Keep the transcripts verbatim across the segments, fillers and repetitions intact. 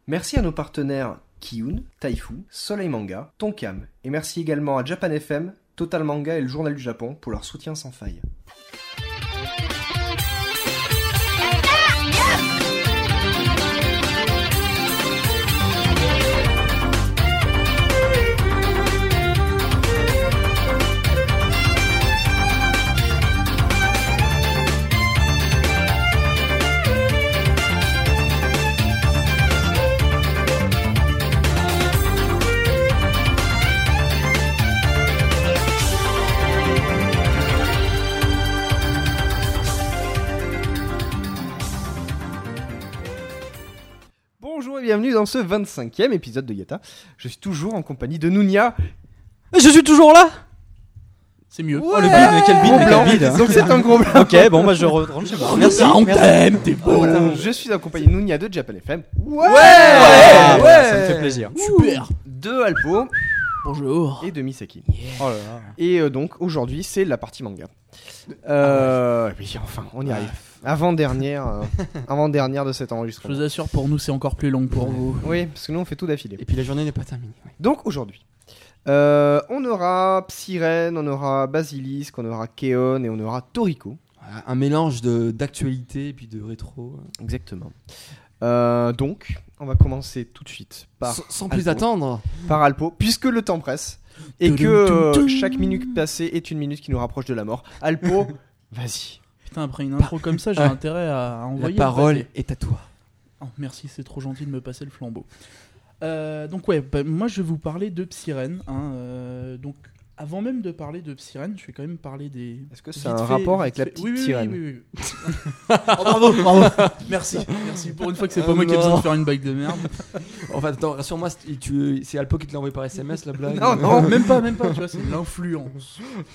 Merci à nos partenaires Kiyun, Taifu, Soleil Manga, Tonkam, et merci également à Japan F M, Total Manga et le Journal du Japon pour leur soutien sans faille. Bienvenue dans ce vingt-cinquième épisode de Yata. Je suis toujours en compagnie de Nounia. Je suis toujours là. C'est mieux. Ouais. Oh le bide, mais quel bide, mais quel bide. Donc c'est un gros blanc. Ok, bon bah je rentre chez moi. Merci. On t'aime, t'es beau. Oh, je suis en compagnie de Nounia de Japan F M. Ouais. Ouais. ouais. ouais. Ça me fait plaisir. Super. De Alpo. Bonjour. Et de Misaki. Yeah. Oh là là. Et euh, donc aujourd'hui c'est la partie manga. Euh, ah ouais. Oui, enfin, on y arrive. Avant-dernière, euh, avant-dernière de cet enregistrement. Je vous assure, pour nous, c'est encore plus long que pour vous. Oui, parce que nous, on fait tout d'affilée. Et puis la journée n'est pas terminée. Ouais. Donc aujourd'hui, euh, on aura Psyren, on aura Basilisk, on aura Keon et on aura Toriko. Voilà, un mélange de, d'actualité et puis de rétro. Exactement. Euh, donc, on va commencer tout de suite par sans, sans plus attendre. Par Alpo, puisque le temps presse et que euh, chaque minute passée est une minute qui nous rapproche de la mort. Alpo, vas-y. Putain, après une intro comme ça, j'ai intérêt à, à envoyer. La parole est à toi. Oh, merci, c'est trop gentil de me passer le flambeau. Euh, donc ouais, bah, moi je vais vous parler de Psyren. Hein, euh, donc avant même de parler de Psyren, je vais quand même parler des. Est-ce que c'est un fait, rapport avec la petite oui, oui, Psyren? Oui, oui, oui. oui. Oh, bravo, bravo. Merci, merci. Pour une fois que c'est pas oh moi non. qui ai besoin de faire une bague de merde. Enfin, attends, rassure-moi, tu, c'est Alpo qui te l'a envoyé par S M S la blague. Non, non, même pas, même pas. Tu vois, c'est l'influence.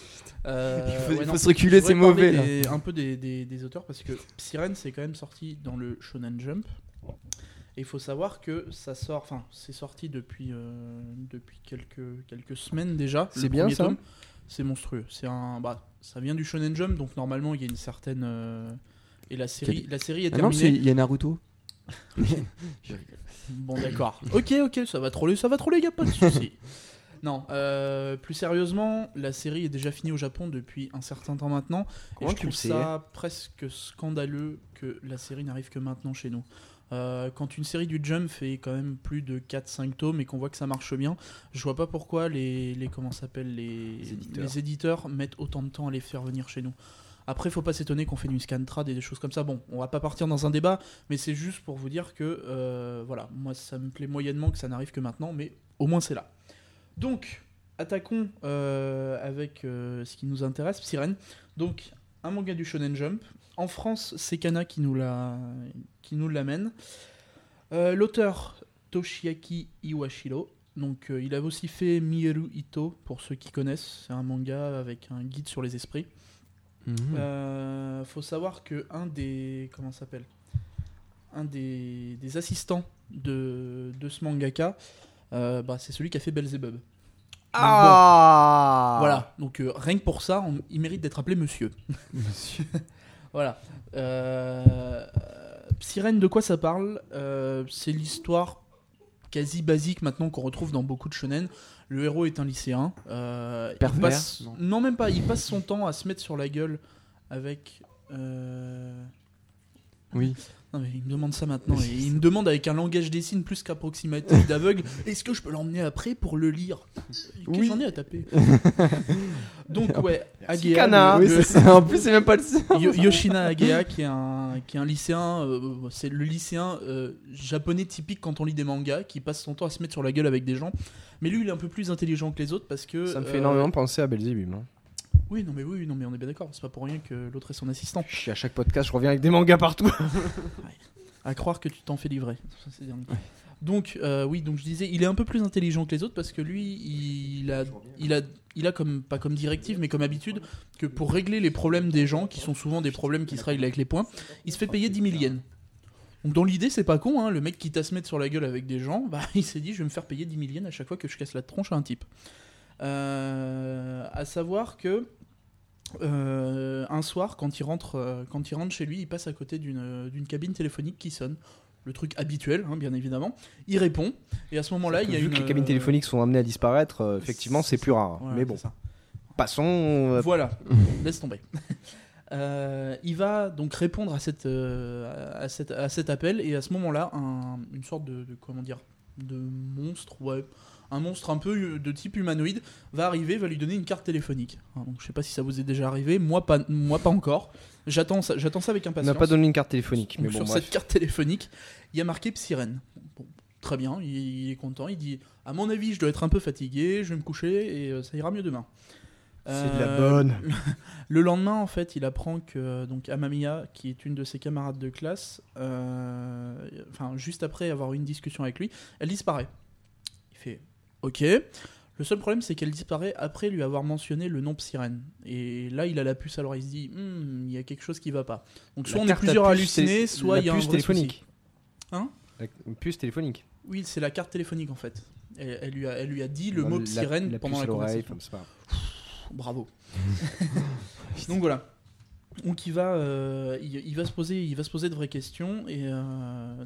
Euh, il faut, ouais, il faut non, se reculer, c'est mauvais. Des, un peu des, des, des auteurs parce que Psyren c'est quand même sorti dans le Shonen Jump. Et il faut savoir que ça sort, enfin c'est sorti depuis euh, depuis quelques quelques semaines déjà. C'est bien ça. Tome, c'est monstrueux. C'est un, bah ça vient du Shonen Jump donc normalement il y a une certaine euh, et la série Quel... la série est ah terminée. Non, il y a Naruto. Bon d'accord. Ok ok ça va troller ça va troller y a pas de souci. Non, euh, plus sérieusement, la série est déjà finie au Japon depuis un certain temps maintenant. Comment et je trouve ça presque scandaleux que la série n'arrive que maintenant chez nous. Euh, quand une série du Jump fait quand même plus de quatre cinq tomes et qu'on voit que ça marche bien, je vois pas pourquoi les, les, comment s'appelle, les, les, éditeurs. les éditeurs mettent autant de temps à les faire venir chez nous. Après, faut pas s'étonner qu'on fait du scantrad et des choses comme ça. Bon, on va pas partir dans un débat, mais c'est juste pour vous dire que, euh, voilà, moi ça me plaît moyennement que ça n'arrive que maintenant, mais au moins c'est là. Donc, attaquons euh, avec euh, ce qui nous intéresse, Psyren. Donc, un manga du Shonen Jump. En France, c'est Kana qui nous, la... qui nous l'amène. Euh, l'auteur, Toshiaki Iwashiro. Donc, euh, il a aussi fait Mieru Ito, pour ceux qui connaissent. C'est un manga avec un guide sur les esprits. Mmh. Euh, faut savoir que un des... Comment ça s'appelle Un des, des assistants de, de ce mangaka... Euh, bah, c'est celui qui a fait Belzebub. Ah bon, voilà, donc euh, rien que pour ça, on, il mérite d'être appelé monsieur. Monsieur. Voilà. Euh, Psyren, de quoi ça parle euh, C'est l'histoire quasi basique maintenant qu'on retrouve dans beaucoup de shonen. Le héros est un lycéen. Euh, Pervers, il passe, non. non, même pas. Il passe son temps à se mettre sur la gueule avec... Euh... Oui. Non mais il me demande ça maintenant et il me demande avec un langage des signes plus qu'approximatif d'aveugle. Est-ce que je peux l'emmener après pour le lire? Qu'est-ce que j'en ai à taper? Donc ouais, Agea. Oui, c'est en plus c'est même pas le Yo- Yoshina Agea qui est un qui est un lycéen. Euh, c'est le lycéen euh, japonais typique quand on lit des mangas qui passe son temps à se mettre sur la gueule avec des gens. Mais lui il est un peu plus intelligent que les autres parce que ça me fait euh, énormément penser à Belzebub. Hein. Oui, non mais oui, non mais on est bien d'accord. C'est pas pour rien que l'autre est son assistant. Chut, à chaque podcast, je reviens avec des mangas partout. Ouais. À croire que tu t'en fais livrer. Ça, c'est dernier. Donc euh, oui, donc je disais, il est un peu plus intelligent que les autres parce que lui, il a, il a, il a comme pas comme directive, mais comme habitude que pour régler les problèmes des gens, qui sont souvent des problèmes qui se règlent avec les points, il se fait payer dix mille yens. Donc dans l'idée, c'est pas con, hein, le mec qui t'a se mettre sur la gueule avec des gens, bah il s'est dit, je vais me faire payer dix mille yens à chaque fois que je casse la tronche à un type. Euh, à savoir que Euh, un soir, quand il rentre, euh, quand il rentre chez lui, il passe à côté d'une, d'une cabine téléphonique qui sonne. le truc habituel, hein, bien évidemment. Il répond, et à ce moment-là, il y a vu une... que les cabines téléphoniques sont amenées à disparaître, euh, effectivement, c'est, c'est plus rare. Voilà, mais bon, ça. passons. Euh... Voilà, laisse tomber. euh, il va donc répondre à, cette, euh, à, cette, à cet appel, et à ce moment-là, un, une sorte de, de comment dire, de monstre, ouais, un monstre un peu de type humanoïde va arriver, va lui donner une carte téléphonique. Donc, je sais pas si ça vous est déjà arrivé, moi pas, moi pas encore. J'attends ça, j'attends ça avec impatience. On n'a pas donné une carte téléphonique. Donc, Mais bon, sur bref. cette carte téléphonique, il y a marqué Psyrène. Bon, très bien, il, il est content. Il dit, à mon avis, je dois être un peu fatigué, je vais me coucher et euh, ça ira mieux demain. C'est de la bonne. Le, le lendemain, en fait, il apprend que donc Amamiya, qui est une de ses camarades de classe, euh, enfin juste après avoir eu une discussion avec lui, elle disparaît. Il fait OK. Le seul problème, c'est qu'elle disparaît après lui avoir mentionné le nom Psyrène. Et là, il a la puce, alors il se dit, hm, il y a quelque chose qui va pas. Donc soit La on est carte à plusieurs puce, hallucinés, c'est soit la il y a un puce vrai téléphonique. souci. Hein ? La puce téléphonique. Oui, c'est la carte téléphonique en fait. Elle, elle lui, a, elle lui a dit le Dans mot la- Psyrène la pendant puce la à l'oreille, conversation. enfin, c'est pas grave. Bravo. Donc voilà. Donc il va, euh, il, il va se poser, il va se poser de vraies questions et euh,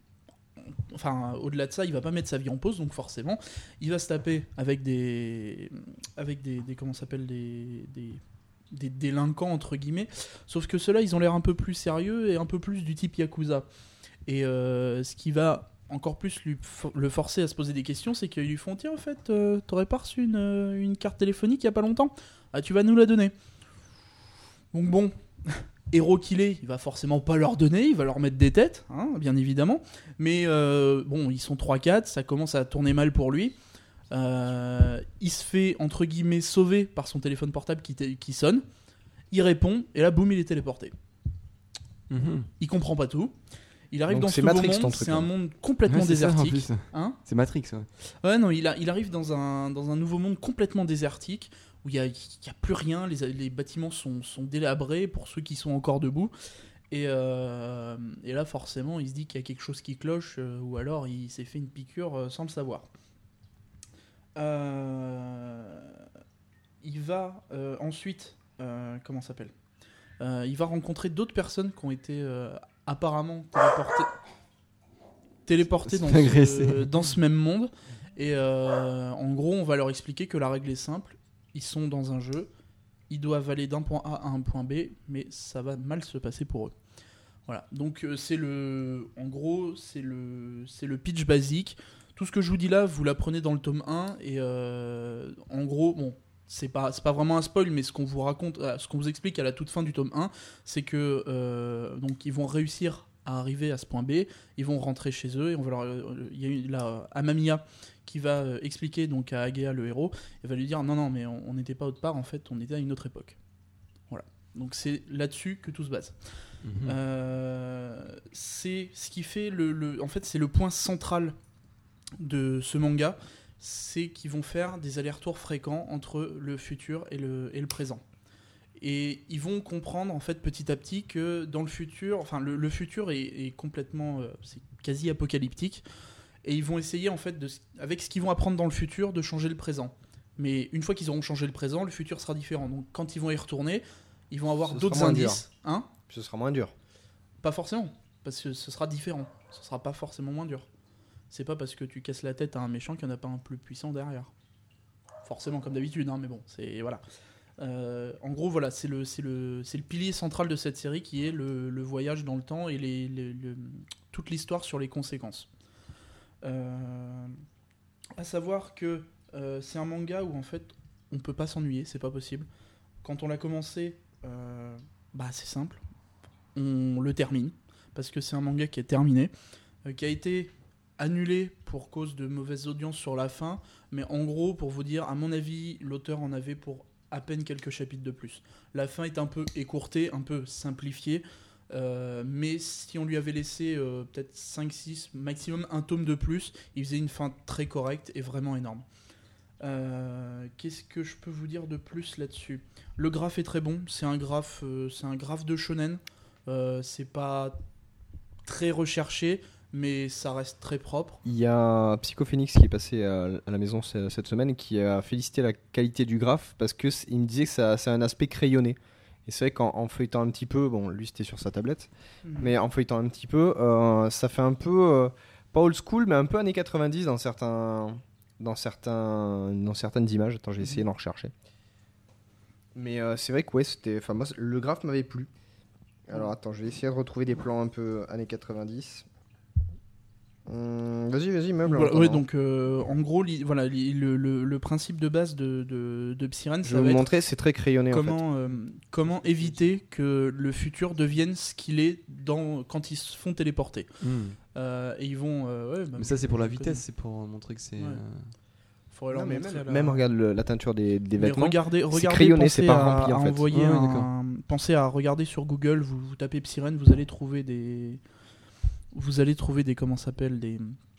enfin au-delà de ça, il va pas mettre sa vie en pause, donc forcément, il va se taper avec des, avec des, des comment ça s'appelle des, des des délinquants entre guillemets. Sauf que ceux-là, ils ont l'air un peu plus sérieux et un peu plus du type yakuza. Et euh, ce qui va encore plus lui for- le forcer à se poser des questions, c'est qu'ils lui font tiens en fait, euh, t'aurais pas reçu une, euh, une carte téléphonique il y a pas longtemps ? Ah, tu vas nous la donner. Donc bon, héros qu'il est, il va forcément pas leur donner, il va leur mettre des têtes, hein, bien évidemment. Mais euh, bon, ils sont trois quatre, ça commence à tourner mal pour lui. Euh, il se fait entre guillemets sauver par son téléphone portable qui, t- qui sonne. Il répond et là, boum, il est téléporté. Mhm. Il comprend pas tout. Il arrive Donc dans c'est ce nouveau Matrix, ton monde, truc, c'est là. un monde complètement Ouais, c'est ça, en désertique. plus. Hein C'est Matrix, ouais. Ouais, non, il, a- il arrive dans un, dans un nouveau monde complètement désertique où il n'y a, il y a plus rien, les, les bâtiments sont, sont délabrés pour ceux qui sont encore debout. Et, euh, et là, forcément, il se dit qu'il y a quelque chose qui cloche euh, ou alors il s'est fait une piqûre euh, sans le savoir. Euh, il va euh, ensuite, euh, comment ça s'appelle Euh, Il va rencontrer d'autres personnes qui ont été euh, apparemment téléportées, téléportées dans, Agressé. ce, dans ce même monde. Et euh, en gros, on va leur expliquer que la règle est simple. Ils sont dans un jeu, ils doivent aller d'un point A à un point B, mais ça va mal se passer pour eux. Voilà. Donc euh, c'est le, en gros, c'est le, c'est le pitch basique. Tout ce que je vous dis là, vous l'apprenez dans le tome un et euh, en gros, bon, c'est pas, c'est pas vraiment un spoil, mais ce qu'on vous raconte, euh, ce qu'on vous explique à la toute fin du tome un, c'est que euh, donc ils vont réussir à arriver à ce point B, ils vont rentrer chez eux et on va leur, il y a eu la Amamiya qui va euh, expliquer donc à Agea le héros, et va lui dire non non mais on n'était pas autre part, en fait on était à une autre époque. Voilà. Donc c'est là-dessus que tout se base. Mhm. Euh, c'est ce qui fait le, le en fait c'est le point central de ce manga, c'est qu'ils vont faire des allers-retours fréquents entre le futur et le, et le présent. Et ils vont comprendre en fait petit à petit que dans le futur, enfin le, le futur est, est complètement, euh, c'est quasi apocalyptique, et ils vont essayer en fait de, avec ce qu'ils vont apprendre dans le futur, de changer le présent. Mais une fois qu'ils auront changé le présent, le futur sera différent. Donc quand ils vont y retourner, ils vont avoir Ce d'autres sera moins indices, hein ? Ce sera moins dur. Pas forcément, parce que ce sera différent. Ce sera pas forcément moins dur. C'est pas parce que tu casses la tête à un méchant qu'il n'y en a pas un plus puissant derrière. Forcément, comme d'habitude, hein, mais bon, c'est voilà. Euh, en gros, voilà, c'est le, c'est le, c'est le pilier central de cette série qui est le, le voyage dans le temps et les, les, le, toute l'histoire sur les conséquences. Euh, à savoir que euh, c'est un manga où en fait on peut pas s'ennuyer, c'est pas possible. Quand on l'a commencé, euh, bah c'est simple, on le termine parce que c'est un manga qui est terminé, euh, qui a été annulé pour cause de mauvaises audiences sur la fin, mais en gros, pour vous dire, à mon avis, l'auteur en avait pour à peine quelques chapitres de plus. La fin est un peu écourtée, un peu simplifiée, euh, mais si on lui avait laissé euh, peut-être cinq six, maximum un tome de plus, il faisait une fin très correcte et vraiment énorme. Euh, qu'est-ce que je peux vous dire de plus là-dessus ? Le graphe est très bon, c'est un graphe, euh, c'est un graphe de shonen, euh, c'est pas très recherché, mais ça reste très propre. Il y a Psycho Phoenix qui est passé à, à la maison cette semaine qui a félicité la qualité du graphe parce qu'il me disait que ça, ça a un aspect crayonné. Et c'est vrai qu'en en feuilletant un petit peu, bon, lui c'était sur sa tablette, Mhm. mais en feuilletant un petit peu, euh, ça fait un peu, euh, pas old school, mais un peu années quatre-vingt-dix dans certains, dans certains, dans certaines images. Attends, j'ai essayé Mhm. d'en rechercher. Mais euh, c'est vrai que ouais, c'était, enfin moi, le graphe m'avait plu. Alors attends, je vais essayer de retrouver des plans un peu années quatre-vingt-dix. Hum, vas-y, vas-y, meuble. Voilà, ouais, donc euh, en gros, li- voilà, li- le, le, le principe de base de, de, de Psyren, je ça vais va vous être montrer, c'est très crayonné en fait. comment, euh, comment éviter que le futur devienne ce qu'il est dans, quand ils se font téléporter. Hmm. Euh, et ils vont. euh, ouais, bah, Mais ça, c'est pour la je vitesse, connais. c'est pour montrer que c'est. Ouais. euh, Faudrait Non, leur mais montrer même, à la- même regarde le- la teinture des, des Mais vêtements. regardez, regardez, crayonné, pensez c'est pas à, rempli, en à fait. envoyer Ouais, un- d'accord. pensez à regarder sur Google, vous, vous tapez Psyren, vous allez trouver des, vous allez trouver des, comment ça s'appelle, des,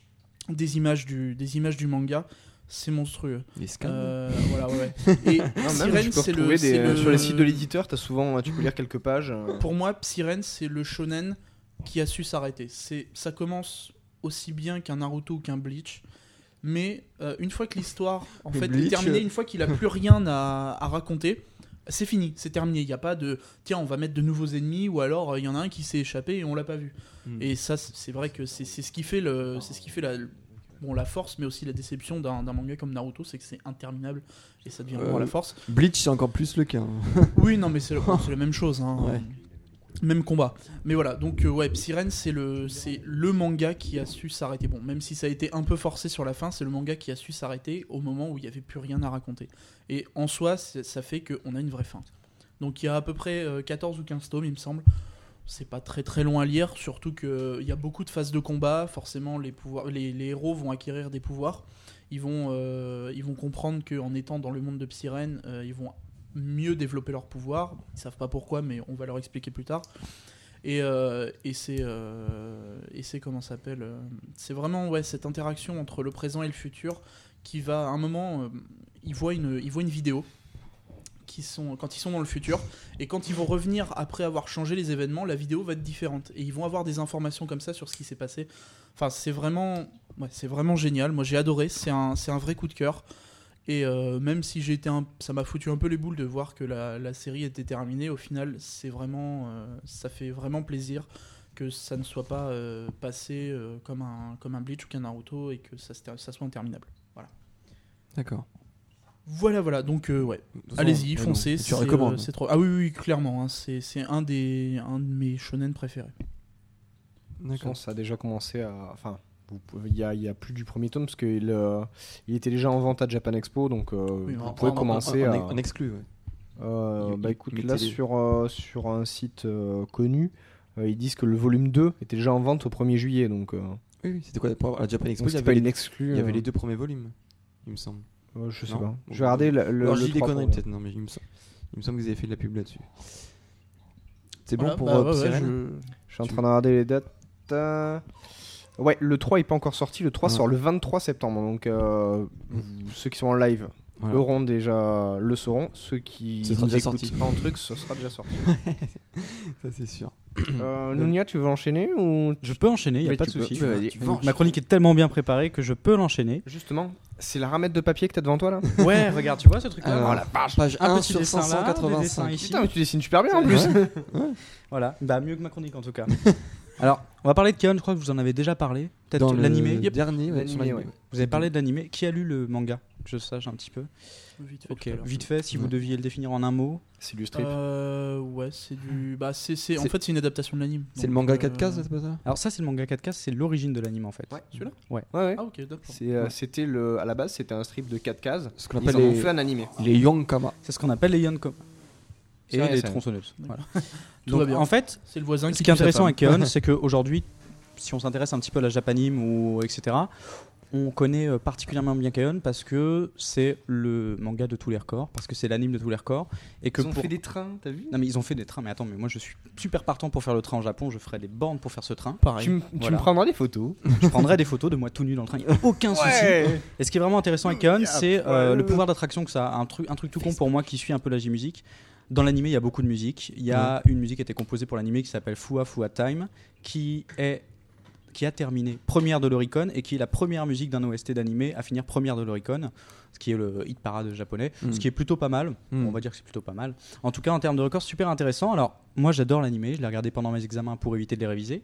des images du, des images du manga. C'est monstrueux. Les scans. Euh, voilà, ouais. Et Non, même, Psyren, tu peux c'est le, retrouver c'est des, le- sur les sites de l'éditeur, t'as souvent, tu peux lire quelques pages. euh. Pour moi, Psyren, c'est le shonen qui a su s'arrêter. C'est, ça commence aussi bien qu'un Naruto ou qu'un Bleach, mais euh, une fois que l'histoire en Le fait, est Bleach, terminée, euh. une fois qu'il a plus rien à, à raconter, c'est fini, c'est terminé. Il n'y a pas de tiens, on va mettre de nouveaux ennemis, ou alors euh, il y en a un qui s'est échappé et on l'a pas vu. Hmm. Et ça, c'est c'est vrai que c'est, c'est ce qui fait le, c'est ce qui fait la, bon, la force, mais aussi la déception d'un, d'un manga comme Naruto, c'est que c'est interminable et ça devient vraiment Euh, la force. Bleach, c'est encore plus le cas. hein. Oui, non, mais c'est, le- c'est la même chose. Hein. Ouais. Même combat. Mais voilà, donc euh, ouais, Psyren, c'est le, c'est le manga qui a su s'arrêter. Bon, même si ça a été un peu forcé sur la fin, c'est le manga qui a su s'arrêter au moment où il n'y avait plus rien à raconter. Et en soi, c'est- ça fait qu'on a une vraie fin. Donc il y a à peu près euh, quatorze ou quinze tomes, il me semble. C'est pas très très long à lire, surtout qu'il y a beaucoup de phases de combat. Forcément, les, pouvoirs, les, les héros vont acquérir des pouvoirs. Ils vont, euh, ils vont comprendre qu'en étant dans le monde de Psyren, euh, ils vont mieux développer leurs pouvoirs. Ils savent pas pourquoi, mais on va leur expliquer plus tard. Et, euh, et c'est euh, et c'est comment ça s'appelle euh, c'est vraiment ouais, cette interaction entre le présent et le futur qui va à un moment euh, ils voient une ils voient une vidéo qui sont quand ils sont dans le futur, et quand ils vont revenir après avoir changé les événements, la vidéo va être différente et ils vont avoir des informations comme ça sur ce qui s'est passé. Enfin, c'est vraiment ouais, c'est vraiment génial. Moi, j'ai adoré, c'est un c'est un vrai coup de cœur. Et euh, même si j'ai été un, ça m'a foutu un peu les boules de voir que la, la série était terminée, au final, c'est vraiment, euh, ça fait vraiment plaisir que ça ne soit pas euh, passé euh, comme, un, comme un Bleach ou qu'un Naruto et que ça, se ter- ça soit interminable. Voilà, D'accord. voilà, voilà. Donc, euh, ouais, De toute façon, allez-y, ouais, foncez. non. Tu c'est, recommandes. euh, c'est trop... Ah oui, oui, oui, clairement. Hein, c'est, c'est un, des, un de mes shonen préférés. Je D'accord. pense que ça a déjà commencé à. Enfin, vous pouvez- il y a, il y a plus du premier tome parce qu'il euh, il était déjà en vente à Japan Expo, donc euh, Oui, vous en- pouvez En- en- commencer en, à. en exclu, ouais. Euh, Il- bah il- écoute, il là mettait les- sur, euh, sur un site euh, connu, euh, ils disent que le volume deux était déjà en vente au premier juillet, donc euh, Oui, oui, c'était quoi pour- à Japan Expo, donc il y c'était avait, pas les, une exclue. il y avait euh, les deux premiers volumes, il me semble. euh, je sais Non. pas. Bon, Je vais regarder le, le, Alors, le je dis des trois conneries pour- peut-être, non, mais il me, semble, il me semble que vous avez fait de la pub là-dessus. C'est Voilà, bon pour bah euh, ouais, ouais, Psyren je- Je suis en Tu- train de regarder les dates. Euh, Ouais, le trois est pas encore sorti. Le trois Ah. sort le vingt-trois septembre. Donc, euh, ceux qui sont en live Voilà. auront déjà le sauront. Ceux qui Ce sera nous déjà écoutent sorti. pas en truc, ce sera déjà sorti. Ça, c'est sûr. euh, Nounia, tu veux enchaîner ou Je peux enchaîner, il n'y a Mais pas tu de peux- souci. tu peux, vas-y. Euh, Ma chronique est tellement bien préparée que je peux l'enchaîner. Justement, c'est la ramette de papier que t'as devant toi là. Ouais, regarde, tu vois ce truc-là Alors, Oh, la vache. page Un un petit sur dessin là, des dessins cinq cent quatre-vingt-cinq. ici. Putain, mais tu dessines super bien en plus. Voilà, bah mieux que ma chronique en tout cas. Alors, on va parler de Keon, je crois que vous en avez déjà parlé. Peut-être Dans le l'animé. dernier, ouais, sur L'animé, l'animé, ouais. ouais. Vous avez parlé de l'animé. Qui a lu le manga Que je sache un petit peu. Vite fait, Ok, tout à l'heure. vite fait, si vous Ouais. deviez le définir en un mot. C'est du strip. Euh, ouais, c'est du. Bah, c'est, c'est... En C'est- fait, c'est une adaptation de l'anime. C'est le Donc, manga euh, quatre cases, c'est pas ça Alors, ça, c'est le manga quatre cases, c'est l'origine de l'anime en fait. Ouais. Celui-là Ouais, ouais. Ah, ok, d'accord. C'est, euh, c'était le, à la base, c'était un strip de quatre cases. Ce qu'on Ils appelle en ont les, fait un animé. les Yonkama. C'est ce qu'on appelle les Yonko. C'est Et vrai, les c'est- tronçonneuses. D'accord. Voilà. Tout Donc, va bien. en fait, C'est le voisin ce qui qui est tue sa intéressant femme. avec Keon, c'est qu'aujourd'hui, si on s'intéresse un petit peu à la Japanime ou et cetera, on connaît euh, particulièrement bien Keon parce que c'est le manga de tous les records, parce que c'est l'anime de tous les records, et que Ils ont pour... fait des trains, t'as vu? Non mais ils ont fait des trains, mais attends, mais moi je suis super partant pour faire le train au Japon, je ferai des bornes pour faire ce train. Pareil. Tu, me- tu Voilà. me prendras des photos. Je prendrai des photos de moi tout nu dans le train, il n'y a aucun souci. Et ce qui est vraiment intéressant avec Keon, c'est euh, le pouvoir d'attraction que ça a. Un truc, un truc tout con pour moi qui suis un peu la J-musique. Dans l'animé, il y a beaucoup de musique. Il y a une musique qui a été composée pour l'animé qui s'appelle Fua Fua Time, qui est qui a terminé première de l'Oricon et qui est la première musique d'un O S T d'animé à finir première de l'Oricon, ce qui est le hit parade japonais, mm. ce qui est plutôt pas mal. Mm. On va dire que c'est plutôt pas mal. En tout cas, en termes de records, super intéressant. Alors, moi, j'adore l'animé. Je l'ai regardé pendant mes examens pour éviter de les réviser.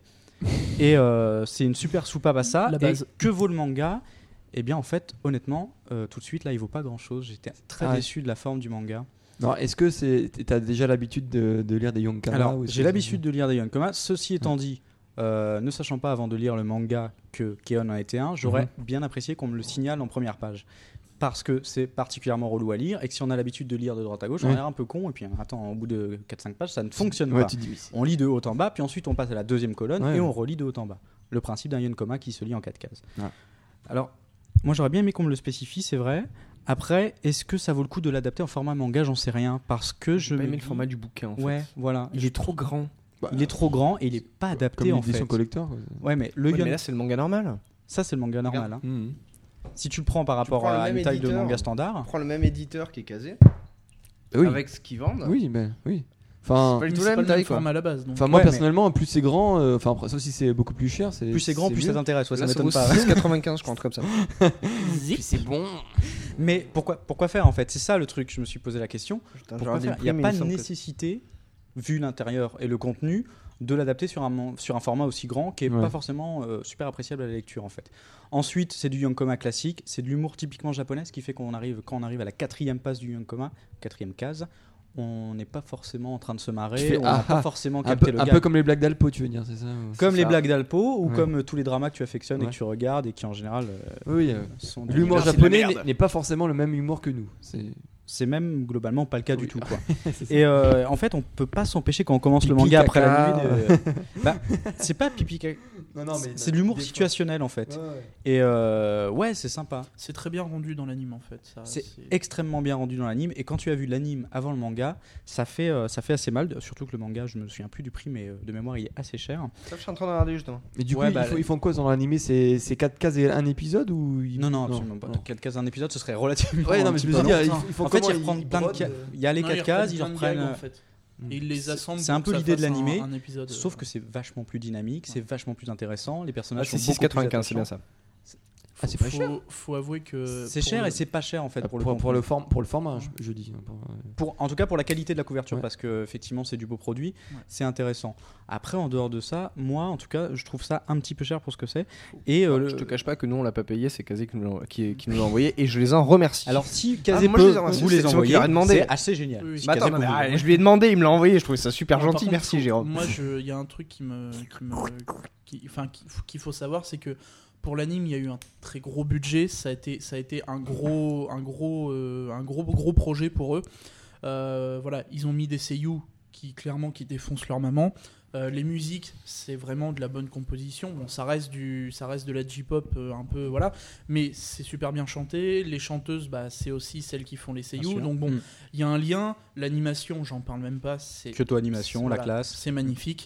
Et euh, c'est une super soupape à ça. La base. Et que vaut le manga ? Eh bien, en fait, honnêtement, euh, tout de suite, là, il vaut pas grand-chose. J'étais très ah, déçu de la forme du manga. Non, est-ce que c'est t'as déjà l'habitude de, de lire des Yonkoma? Alors, j'ai l'habitude de lire des Yonkoma. Ceci étant dit, euh, ne sachant pas avant de lire le manga que Keon en était un, j'aurais mm-hmm. bien apprécié qu'on me le signale en première page. Parce que c'est particulièrement relou à lire et que si on a l'habitude de lire de droite à gauche, ouais. on a l'air un peu con et puis attends, au bout de quatre cinq pages, ça ne fonctionne ouais, pas. Tu dis, oui. On lit de haut en bas, puis ensuite on passe à la deuxième colonne ouais. et on relit de haut en bas. Le principe d'un Yonkoma qui se lit en quatre cases. Ouais. Alors, moi j'aurais bien aimé qu'on me le spécifie, c'est vrai. Après, est-ce que ça vaut le coup de l'adapter en format manga? J'en sais rien. Parce que je. J'ai pas aimé dis... le format du bouquin en fait. Ouais, voilà. Il est trop grand. Bah, il est trop grand et il est pas adapté comme en fait. Comme l'édition collector. Ouais, mais le ouais, Yon... mais là c'est le manga normal. Ça c'est le manga normal. Hein. Mmh. Si tu le prends par rapport à une taille éditeur, de manga standard. Tu prends le même éditeur qui est casé. Oui. Avec ce qu'ils vendent. Oui, ben oui. Enfin, c'est pas, c'est pas le même format à la base. Enfin, moi ouais, personnellement, mais... plus c'est grand, enfin, euh, sauf si c'est beaucoup plus cher, c'est. Plus c'est grand, c'est plus mieux. ça t'intéresse. Ouais, ça là, m'étonne ça pas. six quatre-vingt-quinze, je crois, un truc comme ça. Puis c'est bon. Mais pourquoi, pourquoi faire en fait? C'est ça le truc. Je me suis posé la question. Putain, pourquoi faire? Il n'y a pas de nécessité, que... vu l'intérieur et le contenu, de l'adapter sur un, sur un format aussi grand qui n'est ouais. pas forcément euh, super appréciable à la lecture en fait. Ensuite, c'est du Yonkoma classique, c'est de l'humour typiquement japonais, ce qui fait qu'on arrive, quand on arrive à la quatrième passe du Yonkoma, quatrième case, on n'est pas forcément en train de se marrer, fais, on n'a ah, pas ah, forcément capté peu, le un gag. peu comme les blagues d'Alpo, tu veux dire, c'est ça? Comme c'est les ça. blagues d'Alpo ou ouais. comme euh, tous les dramas que tu affectionnes ouais. et que tu regardes et qui en général euh, oui, euh, sont l'humour japonais n'est, n'est pas forcément le même humour que nous. C'est... C'est même globalement pas le cas oui. du tout quoi. Et euh, en fait on peut pas s'empêcher quand on commence pipi le manga caca. Après la nuit de... bah, c'est pas pipi caca. Non, non, mais c'est de l'humour situationnel en fait. Ouais, ouais. Et euh, ouais c'est sympa. C'est très bien rendu dans l'anime en fait. Ça, c'est, c'est extrêmement bien rendu dans l'anime et quand tu as vu l'anime avant le manga, ça fait, euh, ça fait assez mal. Surtout que le manga, je me souviens plus du prix mais euh, de mémoire il est assez cher. Ça je suis en train de regarder justement. Mais du ouais, coup bah, ils, font, ils font quoi dans l'animé? C'est, c'est quatre cases et un épisode ou ils... Non non absolument non, pas. Non. quatre cases et un épisode ce serait relativement. Ouais non mais je me dire ils font en fait ils reprennent plein de il y a les quatre cases, ils en prennent. En fait. Et ils les assemblent. C'est un peu l'idée de l'animé, un, un épisode, sauf que c'est vachement plus dynamique, c'est vachement plus intéressant. Les personnages ah, sont beaucoup six quatre-vingt-quinze, c'est bien ça. Ah, c'est pas cher. Faut, faut avouer que c'est cher le... et c'est pas cher en fait pour, pour, le, pour, le, form, pour le format, je, je dis. Pour, pour, en tout cas pour la qualité de la couverture, ouais. parce que effectivement c'est du beau produit, ouais. c'est intéressant. Après en dehors de ça, moi en tout cas je trouve ça un petit peu cher pour ce que c'est. Et euh, le... je te cache pas que nous on l'a pas payé, c'est Kazé qui nous l'a, qui, qui nous l'a envoyé et je les en remercie. Alors si Kazé ah, peut les vous les envoyer, demandé. c'est assez génial. Oui, oui. Si bah, attends, ah, je lui ai demandé, il me l'a envoyé, je trouvais ça super non, gentil, contre, merci faut, Jérôme. Moi il y a un truc qui me, qui me, qui, enfin qu'il faut savoir, c'est que pour l'anime, il y a eu un très gros budget. Ça a été, ça a été un gros, un gros, euh, un gros, gros projet pour eux. Euh, voilà, ils ont mis des seiyuu qui clairement qui défoncent leur maman. Euh, les musiques, c'est vraiment de la bonne composition. Bon, ça reste du, ça reste de la J-pop euh, un peu, voilà. Mais c'est super bien chanté. Les chanteuses, bah, c'est aussi celles qui font les seiyuu. Donc bon, il mm. y a un lien. L'animation, j'en parle même pas. C'est Kyoto Animation, c'est, la voilà, classe. C'est magnifique.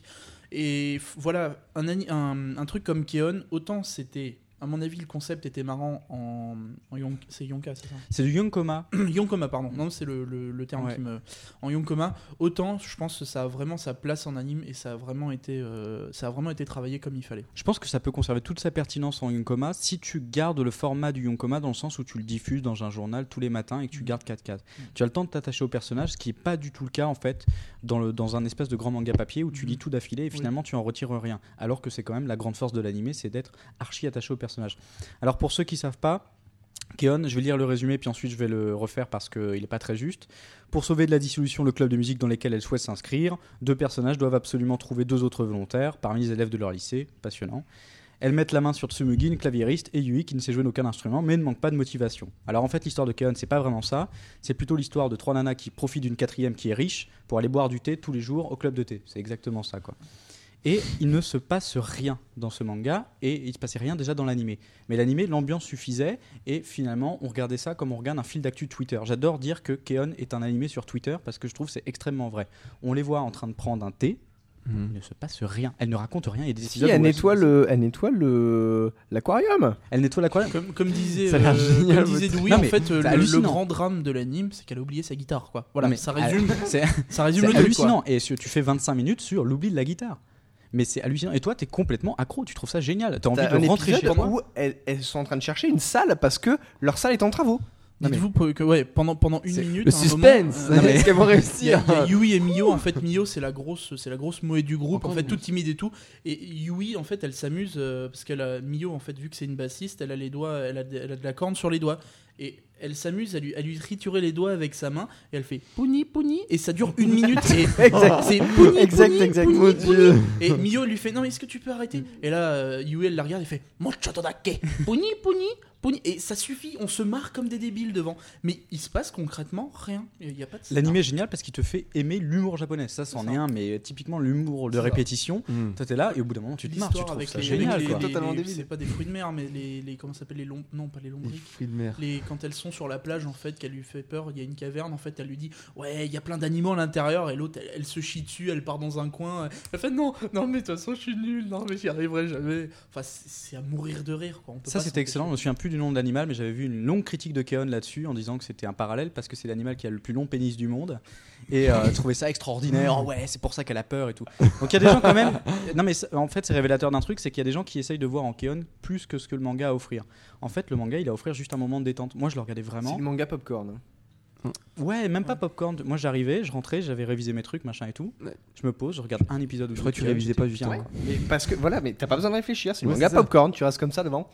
Et voilà, un, un, un truc comme Keon, autant c'était, à mon avis, le concept était marrant en, en Yon, c'est Yonka, c'est ça? C'est du Yonkoma. Yonkoma, pardon. Non, c'est le, le, le terme ouais. qui me. En Yonkoma, autant, je pense que ça a vraiment sa place en anime et ça a vraiment été, euh, ça a vraiment été travaillé comme il fallait. Je pense que ça peut conserver toute sa pertinence en Yonkoma si tu gardes le format du Yonkoma dans le sens où tu le diffuses dans un journal tous les matins et que tu mmh. gardes quatre cases. Mmh. Tu as le temps de t'attacher au personnage, ce qui n'est pas du tout le cas en fait dans, le, dans un espèce de grand manga papier où tu mmh. lis tout d'affilée et finalement oui. tu en retires rien. Alors que c'est quand même la grande force de l'animé, c'est d'être archi attaché au personnage. Alors pour ceux qui ne savent pas, Keon, je vais lire le résumé puis ensuite je vais le refaire parce qu'il n'est pas très juste. Pour sauver de la dissolution le club de musique dans lequel elle souhaite s'inscrire, deux personnages doivent absolument trouver deux autres volontaires parmi les élèves de leur lycée. Passionnant. Elles mettent la main sur Tsumugi, une claviériste, et Yui qui ne sait jouer d'aucun instrument mais ne manque pas de motivation. Alors en fait l'histoire de Keon c'est pas vraiment ça, c'est plutôt l'histoire de trois nanas qui profitent d'une quatrième qui est riche pour aller boire du thé tous les jours au club de thé. C'est exactement ça quoi. Et il ne se passe rien dans ce manga, et il ne se passait rien déjà dans l'animé. Mais l'animé, l'ambiance suffisait, et finalement, on regardait ça comme on regarde un fil d'actu Twitter. J'adore dire que Keon est un animé sur Twitter, parce que je trouve que c'est extrêmement vrai. On les voit en train de prendre un thé, mmh. il ne se passe rien. Elle ne raconte rien. Il y a des si, elle nettoie, le, elle nettoie le, l'aquarium. Elle nettoie l'aquarium. Comme, comme disait, euh, comme disait Dewey, en fait, euh, le, le grand drame de l'anime, c'est qu'elle a oublié sa guitare. Quoi. Voilà, mais ça résume, c'est, ça résume c'est le hallucinant. truc. Quoi. Et tu fais vingt-cinq minutes sur l'oubli de la guitare. mais c'est hallucinant. Et toi, t'es complètement accro, tu trouves ça génial. T'as envie T'as de un rentrer chez épisode toi. où elles, elles sont en train de chercher une salle parce que leur salle est en travaux. Non, mais- Dites-vous que ouais, pendant, pendant une C'est minute, le à un suspense. moment, euh, Est-ce qu'elles vont Il y, réussir a, il y a Yui et Mio. En fait, Mio c'est la grosse, c'est la grosse Moe du groupe. Encore en fait, une toute timide et tout. Et Yui, en fait, elle s'amuse euh, parce qu'elle a Mio, en fait, vu que c'est une bassiste, elle a les doigts, elle a, de, elle a de la corne sur les doigts. Et elle s'amuse à lui, à lui triturer les doigts avec sa main. Et elle fait pouni pouni. Et ça dure une minute. Et Exact. c'est pouni Exact, pouni, exact. pouni, Mon pouni. Dieu. Et Mio lui fait non, mais est-ce que tu peux arrêter? Et là, euh, Yui elle la regarde et fait Mochotodake pouni pouni. Et ça suffit, on se marre comme des débiles devant. Mais il se passe concrètement rien. Il y a pas de L'anime est génial parce qu'il te fait aimer l'humour japonais. Ça, c'en C'est ça. est un, mais typiquement l'humour de C'est ça. répétition. Mm. Toi, t'es là et au bout d'un moment, tu te marres. Tu l'histoire trouves avec ça les, génial, avec les- quoi. les- Totalement les- débile. c'est pas des fruits de mer, mais les, les comment ça s'appelle les lom- non pas les Les lombriques. fruits de mer. Les, quand elles sont sur la plage, en fait, qu'elle lui fait peur, il y a une caverne, en fait, elle lui dit ouais, il y a plein d'animaux à l'intérieur, et l'autre, elle, elle se chie dessus, elle part dans un coin, elle fait non, non, mais de toute façon, je suis nul, non, mais j'y arriverai jamais. Enfin, c'est, c'est à mourir de rire, quoi. On peut Ça pas c'était s'empêcher. excellent, je me souviens plus du nom de l'animal, mais j'avais vu une longue critique de Keon là-dessus en disant que c'était un parallèle parce que c'est l'animal qui a le plus long pénis du monde et euh, je trouvais ça extraordinaire. Oh ouais, c'est pour ça qu'elle a peur et tout. Donc il y a des gens quand même. Non mais c'est- en fait c'est révélateur d'un truc, c'est qu'il y a des gens qui essayent de voir en Keon plus que ce que le manga a à offrir. En fait le manga il a à offrir juste un moment de détente. Moi je le regardais C'est vraiment. le manga popcorn. Ouais, même pas popcorn. Moi j'arrivais, je rentrais, j'avais révisé mes trucs, machin et tout. Ouais. Je me pose, je regarde un épisode. Ou Je deux crois de que tu Keon, révisais j'étais pas, bien. justement. Mais parce que voilà, mais t'as pas besoin de réfléchir, c'est le Ouais, manga c'est ça. popcorn, tu restes comme ça devant.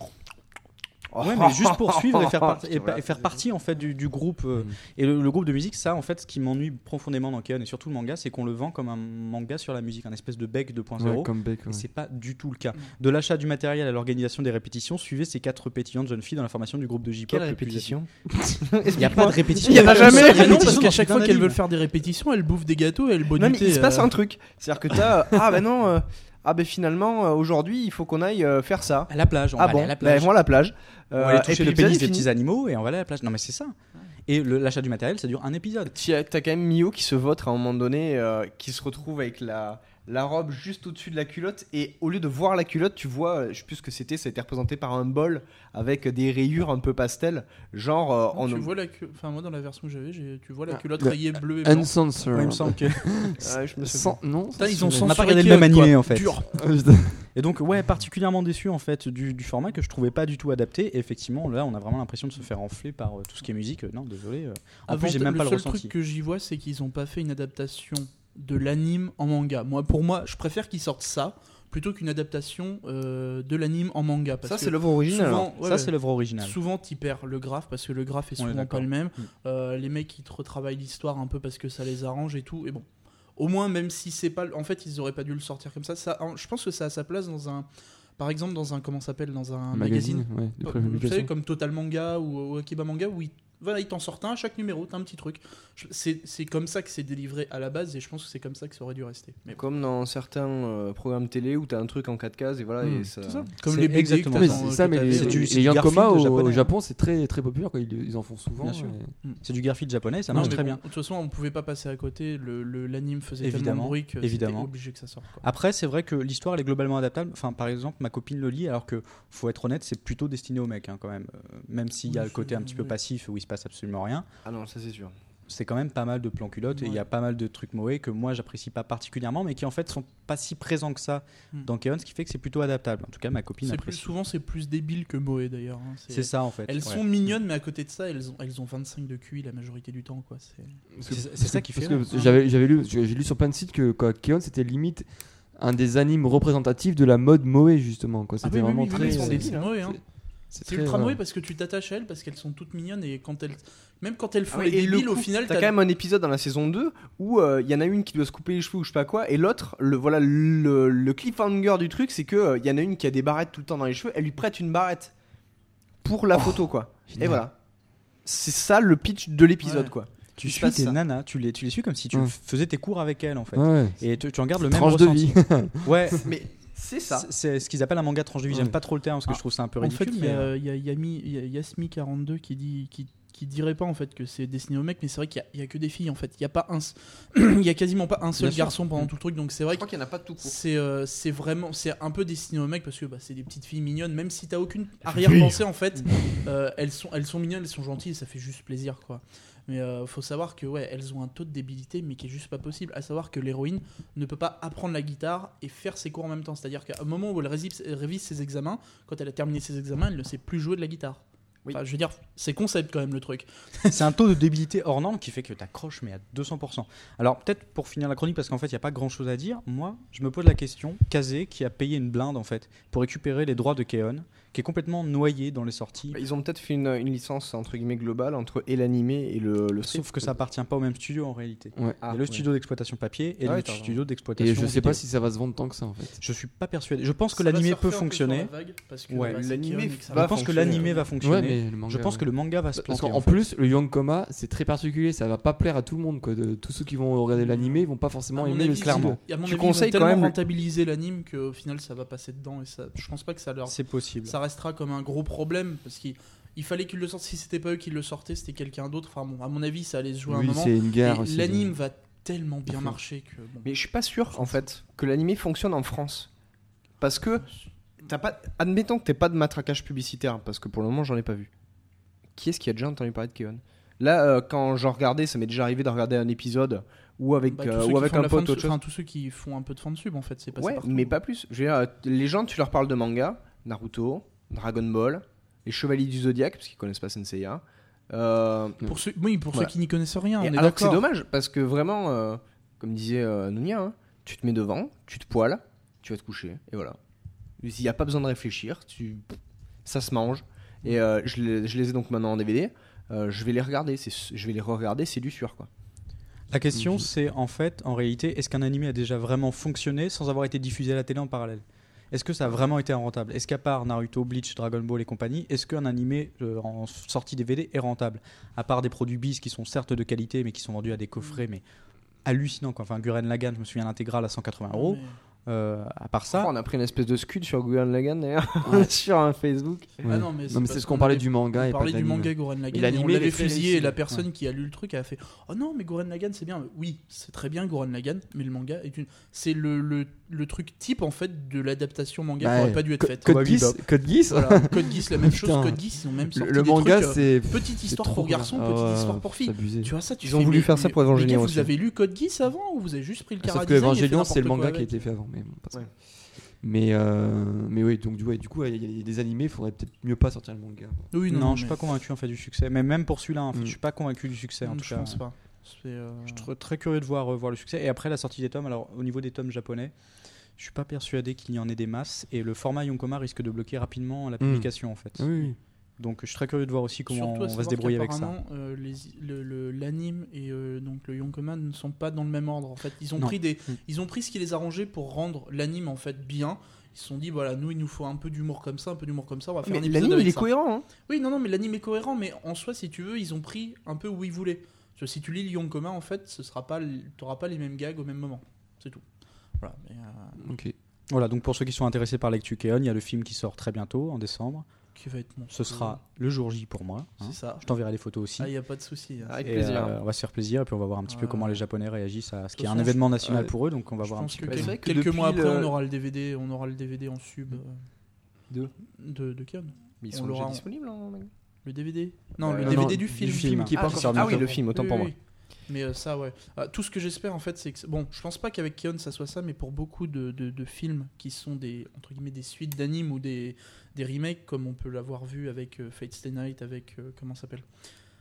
Ouais, mais juste pour suivre et faire, partie- et, Voilà. et faire partie en fait du, du groupe. euh, Mm. Et le, le groupe de musique, ça en fait, ce qui m'ennuie profondément dans Keon et surtout le manga, c'est qu'on le vend comme un manga sur la musique, un espèce de Beck deux point zéro. Ouais, comme Beck, Et ouais. c'est pas du tout le cas. De l'achat du matériel à l'organisation des répétitions, suivez ces quatre pétillantes jeunes filles dans la formation du groupe de J-pop. Quelle le plus répétition Il n'y a pas de répétition. Il y en a pas jamais. une seule Mais non, parce répétition qu'à dans chaque tout fois un qu'elles anime. veulent faire des répétitions, elles bouffent des gâteaux et elles Non, mais bonutées. il se passe euh, un truc. C'est-à-dire que t'as. Ah ben non, euh, ah ben finalement, euh, aujourd'hui, il faut qu'on aille euh, faire ça. À la plage, on Ah va bon, aller à la bah, plage. elles vont à la plage. on va Euh, aller et toucher puis le l'épisode pénis est des fini. petits animaux et on va aller à la plage. Non mais c'est ça. Et le- l'achat du matériel, ça dure un épisode. T'as t'as quand même Mio qui se vautre à un moment donné, euh, qui se retrouve avec la, la robe juste au-dessus de la culotte, et au lieu de voir la culotte, tu vois, euh, je sais plus ce que c'était, ça a été représenté par un bol avec des rayures un peu pastel, genre euh, non, en tu vois la cu- enfin moi dans la version que j'avais, j'ai- tu vois la Ah, culotte le rayée bleue et blanc. Uncensored. Ouais, il me semble que. Ouais, je me souviens. Sans- Non, Putain, ça, ils ont c'est- On n'a pas censuré regardé le Keon, même quoi. animé en fait. Dur. Et donc ouais, particulièrement déçu en fait du, du format que je trouvais pas du tout adapté. Et effectivement, là, on a vraiment l'impression de se faire enfler par euh, tout ce qui est musique. Euh, Non, désolé. euh. En plus, j'ai Avant- même pas le le seul ressenti. truc que j'y vois, c'est qu'ils ont pas fait une adaptation de l'anime en manga. Moi, pour moi, je préfère qu'ils sortent ça plutôt qu'une adaptation euh, de l'anime en manga. Parce Ça, que c'est l'œuvre originale. alors. souvent, ouais, Ça, ouais. c'est l'œuvre originale. Souvent, t'y perds le graphe parce que le graphe est On est souvent d'accord. pas le même. Mm. Euh, les mecs, ils te retravaillent l'histoire un peu parce que ça les arrange et tout. Et bon, au moins, même si c'est pas. En fait, ils auraient pas dû le sortir comme ça. ça je pense que ça a sa place dans un. Par exemple, dans un. Comment ça s'appelle Dans un magazine. magazine, ouais, de Vous prépublication. savez, comme Total Manga ou, ou Akiba Manga, où ils, voilà, ils t'en sortent un à chaque numéro, t'as un petit truc. Je- C'est c'est comme ça que c'est délivré à la base et je pense que c'est comme ça que ça aurait dû rester. Mais Comme dans certains euh, programmes télé où t'as un truc en quatre cases et voilà. Mm. Et ça... c'est ça. Comme C'est les B D exactement que Mais t'as ça. dans- c'est ça, que mais t'avais, les, c'est euh, du- les c'est du Yankoma Garfield au, japonais, au hein. Japon, c'est très très populaire. Quoi. Ils, ils en font souvent. Bien sûr. et- C'est du Garfield japonais, ça Non, marche mais très bon, bien. De toute façon, on pouvait pas passer à côté. Le le- l'anime faisait tellement Évidemment, de bruit que c'était évidemment. obligé que ça sorte. Quoi. Après, c'est vrai que l'histoire elle est globalement adaptable. Enfin, par exemple, ma copine le lit, alors que faut être honnête, c'est plutôt destiné aux mecs hein, quand même. Euh, même s'il y a Oui, le côté un petit peu oui. passif où il se passe absolument rien, Ah non, ça c'est sûr. c'est quand même pas mal de plans culottes et il y a Ouais. pas mal de trucs moés que moi j'apprécie pas particulièrement, mais qui en fait sont pas si présents que ça Hmm. dans Keon, ce qui fait que c'est plutôt adaptable. En tout cas, ma copine C'est plus, apprécie. souvent, c'est plus débile que Moe d'ailleurs. hein. C'est- C'est ça en fait. Elles ouais. sont mignonnes, mais à côté de ça, elles ont, elles ont vingt-cinq de Q I la majorité du temps. Quoi. C'est... C'est c'est ça qui fait. Parce rire. que j'avais j'avais lu, j'ai lu sur plein de sites que quoi, Keon c'était limite un des animes représentatifs de la mode moe justement. Quoi. Ah C'était oui, oui, vraiment oui, oui, très. oui, c'est- débiles, c'est hein. Moe, hein. c'est C'est très, ultra voilà. mauvais parce que tu t'attaches à elles parce qu'elles sont toutes mignonnes et quand elles, même quand elles font Ah les ouais, et le débiles, au coup, final, t'as quand même un épisode dans la saison deux où il y en a une qui doit se couper les cheveux ou je sais pas quoi, et l'autre, le, voilà, le, le cliffhanger du truc, c'est que il y en a une qui a des barrettes tout le temps dans les cheveux, elle lui prête une barrette pour la photo, quoi. génial. Et voilà. C'est ça le pitch de l'épisode, Ouais. quoi. Tu Il se suis passe tes ça. nanas, tu les, tu les suis comme si tu Ouais. faisais tes cours avec elles en fait. Ouais, Et tu, tu en gardes le même tranche de ressenti. vie. Ouais, Mais c'est ça. c'est- c'est ce qu'ils appellent un manga tranche de vie. J'aime Ouais. pas trop le terme parce que Ah, je trouve ça un peu En fait, ridicule. il y mais, a, il y a Yami- il y a Yasmi quarante-deux qui dit, qui, qui dirait pas en fait que c'est destiné aux mecs, mais c'est vrai qu'il y, y a que des filles en fait. Il y a pas un, il y a quasiment pas un seul Bien sûr. garçon pendant tout le truc, donc c'est vrai Je crois qu'il n'y en a pas de tout court. c'est euh, c'est vraiment c'est un peu destiné aux mecs parce que bah, c'est des petites filles mignonnes, même si t'as aucune arrière-pensée en fait, euh, elles sont elles sont mignonnes, elles sont gentilles, et ça fait juste plaisir quoi. Mais euh, faut savoir que ouais, elles ont un taux de débilité mais qui est juste pas possible. À savoir que l'héroïne ne peut pas apprendre la guitare et faire ses cours en même temps. C'est-à-dire qu'à un moment où elle révise, révise ses examens, quand elle a terminé ses examens, elle ne sait plus jouer de la guitare. Oui. Enfin, je veux dire, c'est concept quand même le truc. C'est un taux de débilité hors norme qui fait que t'accroches mais à deux cents pour cent. Alors peut-être pour finir la chronique, parce qu'en fait il n'y a pas grand chose à dire, moi je me pose la question, Kazé qui a payé une blinde en fait pour récupérer les droits de Keon, qui est complètement noyé dans les sorties. Bah, ils ont peut-être fait une, une licence entre guillemets globale entre et l'animé et le, le strip. Sauf que ça appartient pas au même studio en réalité. Ouais. Ah, il y a le ouais. studio d'exploitation papier et Ah ouais, le t'as studio Et d'exploitation je sais pas vidéo. si ça va se vendre tant que ça en fait. Je suis pas persuadé. Je pense que Ça va l'animé surfer peut un peu fonctionner. sur la vague, parce que, Ouais, bah, c'est l'animé Keon et que ça va Je pense que fonctionner. l'animé va fonctionner. Ouais, mais le manga, Je pense ouais. que le manga va se Parce planter. qu'en en fait. plus, le Yonkoma, c'est très particulier, ça va pas plaire à tout le monde. Quoi. De, tous ceux qui vont regarder l'animé, ils vont pas forcément À mon aimer le avis, style. clairement. À mon Tu avis, ils conseilles vont quand tellement même- rentabiliser l'anime qu'au final ça va passer dedans et ça. Je pense pas que ça leur. C'est possible. Ça restera comme un gros problème parce qu'il il fallait qu'ils le sortent. Si c'était pas eux qui le sortaient, c'était quelqu'un d'autre. Enfin bon, à mon avis, ça allait se jouer Oui, un moment. c'est une guerre Et aussi. l'anime de- va tellement bien Enfin. marcher que. Bon. Mais je suis pas sûr en fait que l'animé fonctionne en France. Parce que t'as pas, admettons que t'aies pas de matraquage publicitaire, parce que pour le moment j'en ai pas vu. Qui est-ce qui a déjà entendu parler de Keon? Là, euh, quand j'en regardais, ça m'est déjà arrivé de regarder un épisode ou avec, Bah, tous euh, ceux ou qui avec font de un la pote fansub- ou autre chose. enfin, tous ceux qui font un peu de fansub en fait, c'est passé Ouais, partout. mais pas plus. Je veux dire, euh, les gens, tu leur parles de manga, Naruto, Dragon Ball, les Chevaliers du Zodiaque, parce qu'ils connaissent pas Senseiya. Euh, Pour ceux, oui, pour Voilà. ceux qui n'y connaissent rien, et on est alors que c'est d'accord. dommage, parce que vraiment, euh, comme disait euh, Nounia, hein, tu te mets devant, tu te poiles, tu vas te coucher, et voilà. Il n'y a pas besoin de réfléchir, tu... ça se mange. Et euh, je, les, je les ai donc maintenant en D V D. Euh, je vais les regarder, c'est, je vais les re-regarder, c'est du sûr quoi. La question Mhm. c'est en fait, en réalité, est-ce qu'un animé a déjà vraiment fonctionné sans avoir été diffusé à la télé en parallèle? Est-ce que ça a vraiment été rentable? Est-ce qu'à part Naruto, Bleach, Dragon Ball et compagnie, est-ce qu'un animé euh, en sortie D V D est rentable? À part des produits bis qui sont certes de qualité mais qui sont vendus à des coffrets mais hallucinants quoi. Enfin Gurren Lagann, je me souviens l'intégrale à cent quatre-vingts euros. Mais- Euh, à part ça, Oh, on a pris une espèce de scud sur Gurren Lagann d'ailleurs, Ouais. sur un Facebook. Ah Ouais. non, mais Non, mais c'est parce ce qu'on qu'on parlait avait- du manga On et pas parlait de du l'anime. manga Gurren Lagann Et et, l'animé, on il est l'avait très fusillé réussi. et la personne qui a lu le truc a fait oh non mais Gurren Lagann c'est bien. Oui, c'est très bien Gurren Lagann, mais le manga est une c'est le, le, le truc type en fait de l'adaptation manga Ouais. qui aurait pas dû être Co- faite. Code Cowboy Geass, Bebop. Code Geass. Voilà, Code Geass la même chose, Putain. Code Geass ils ont même Le, sorti le des manga, trucs, euh, c'est petite c'est histoire trop pour bien. garçons, Ah petite ouais, histoire pour filles. c'est abusé. Tu vois ça, tu Ils ont fais, voulu mais- faire ça mais- pour Evangelion les gars, aussi. Vous avez lu Code Geass avant ou vous avez juste pris le Sauf Cara que Design et fait Evangelion, c'est le n'importe quoi manga qui a avec été fait avant. Mais, bon, pas ça. Ouais. mais, euh, mais oui, donc du, ouais, du coup, il y a des animés, il faudrait peut-être mieux pas sortir le manga. Oui, non, non, je suis mais- pas convaincu en fait du succès. Mais même pour celui-là, en fait, Mm. je suis pas convaincu du succès en Non, tout je cas. pense pas. C'est, euh, Je suis tr- très curieux de voir, euh, voir le succès. Et après la sortie des tomes, alors au niveau des tomes japonais, je suis pas persuadé qu'il y en ait des masses. Et le format Yonkoma risque de bloquer rapidement la publication en fait. Oui, oui. Donc je suis très curieux de voir aussi comment Surtout à on va savoir se débrouiller avec ça. qu'apparemment, euh, les- le- le- l'anime et euh, donc le Yonkoma ne sont pas dans le même ordre. En fait, ils ont Non. pris des, Mm. ils ont pris ce qui les arrangeait pour rendre l'anime en fait bien. Ils se sont dit voilà, nous il nous faut un peu d'humour comme ça, un peu d'humour comme ça. On va faire Mais un épisode l'anime avec il est ça. cohérent. Hein. Oui, non, non, mais l'anime est cohérent, mais en soi, si tu veux, ils ont pris un peu où ils voulaient. Parce que si tu lis le Yonkoma, en fait, ce sera pas, t'auras pas les mêmes gags au même moment. C'est tout. Voilà. Mais, euh, Ok. Voilà, donc pour ceux qui sont intéressés par Lectu Keon, il y a le film qui sort très bientôt en décembre. qui va être mon. Ce sera le jour J pour moi. hein. C'est ça. Je t'enverrai les photos aussi. Ah, y a pas de souci. hein. Avec Et, plaisir. euh, on va se faire plaisir et puis on va voir un petit peu Ouais. comment les Japonais réagissent à ce qui est toute un façon, événement national ouais. pour eux. Donc on va Je voir un pense petit que, peu. C'est quel- vrai que quelques depuis mois après, le- on aura le D V D, on aura le D V D en sub. euh, De de de Keon. Mais ils On sont déjà l'aura en- disponibles en manga. Le D V D. Non, Euh, le non, D V D non, du du film. film qui est pas Ah, encore c'est sorti. Ah oui, d'accord. le film, autant Oui, pour oui, moi. oui. Mais euh, ça, ouais. Ah, tout ce que j'espère, en fait, c'est que. Bon, je pense pas qu'avec Keon ça soit ça, mais pour beaucoup de, de, de films qui sont des, entre guillemets, des suites d'animes ou des, des remakes, comme on peut l'avoir vu avec euh, Fate Stay Night, avec. euh, comment ça s'appelle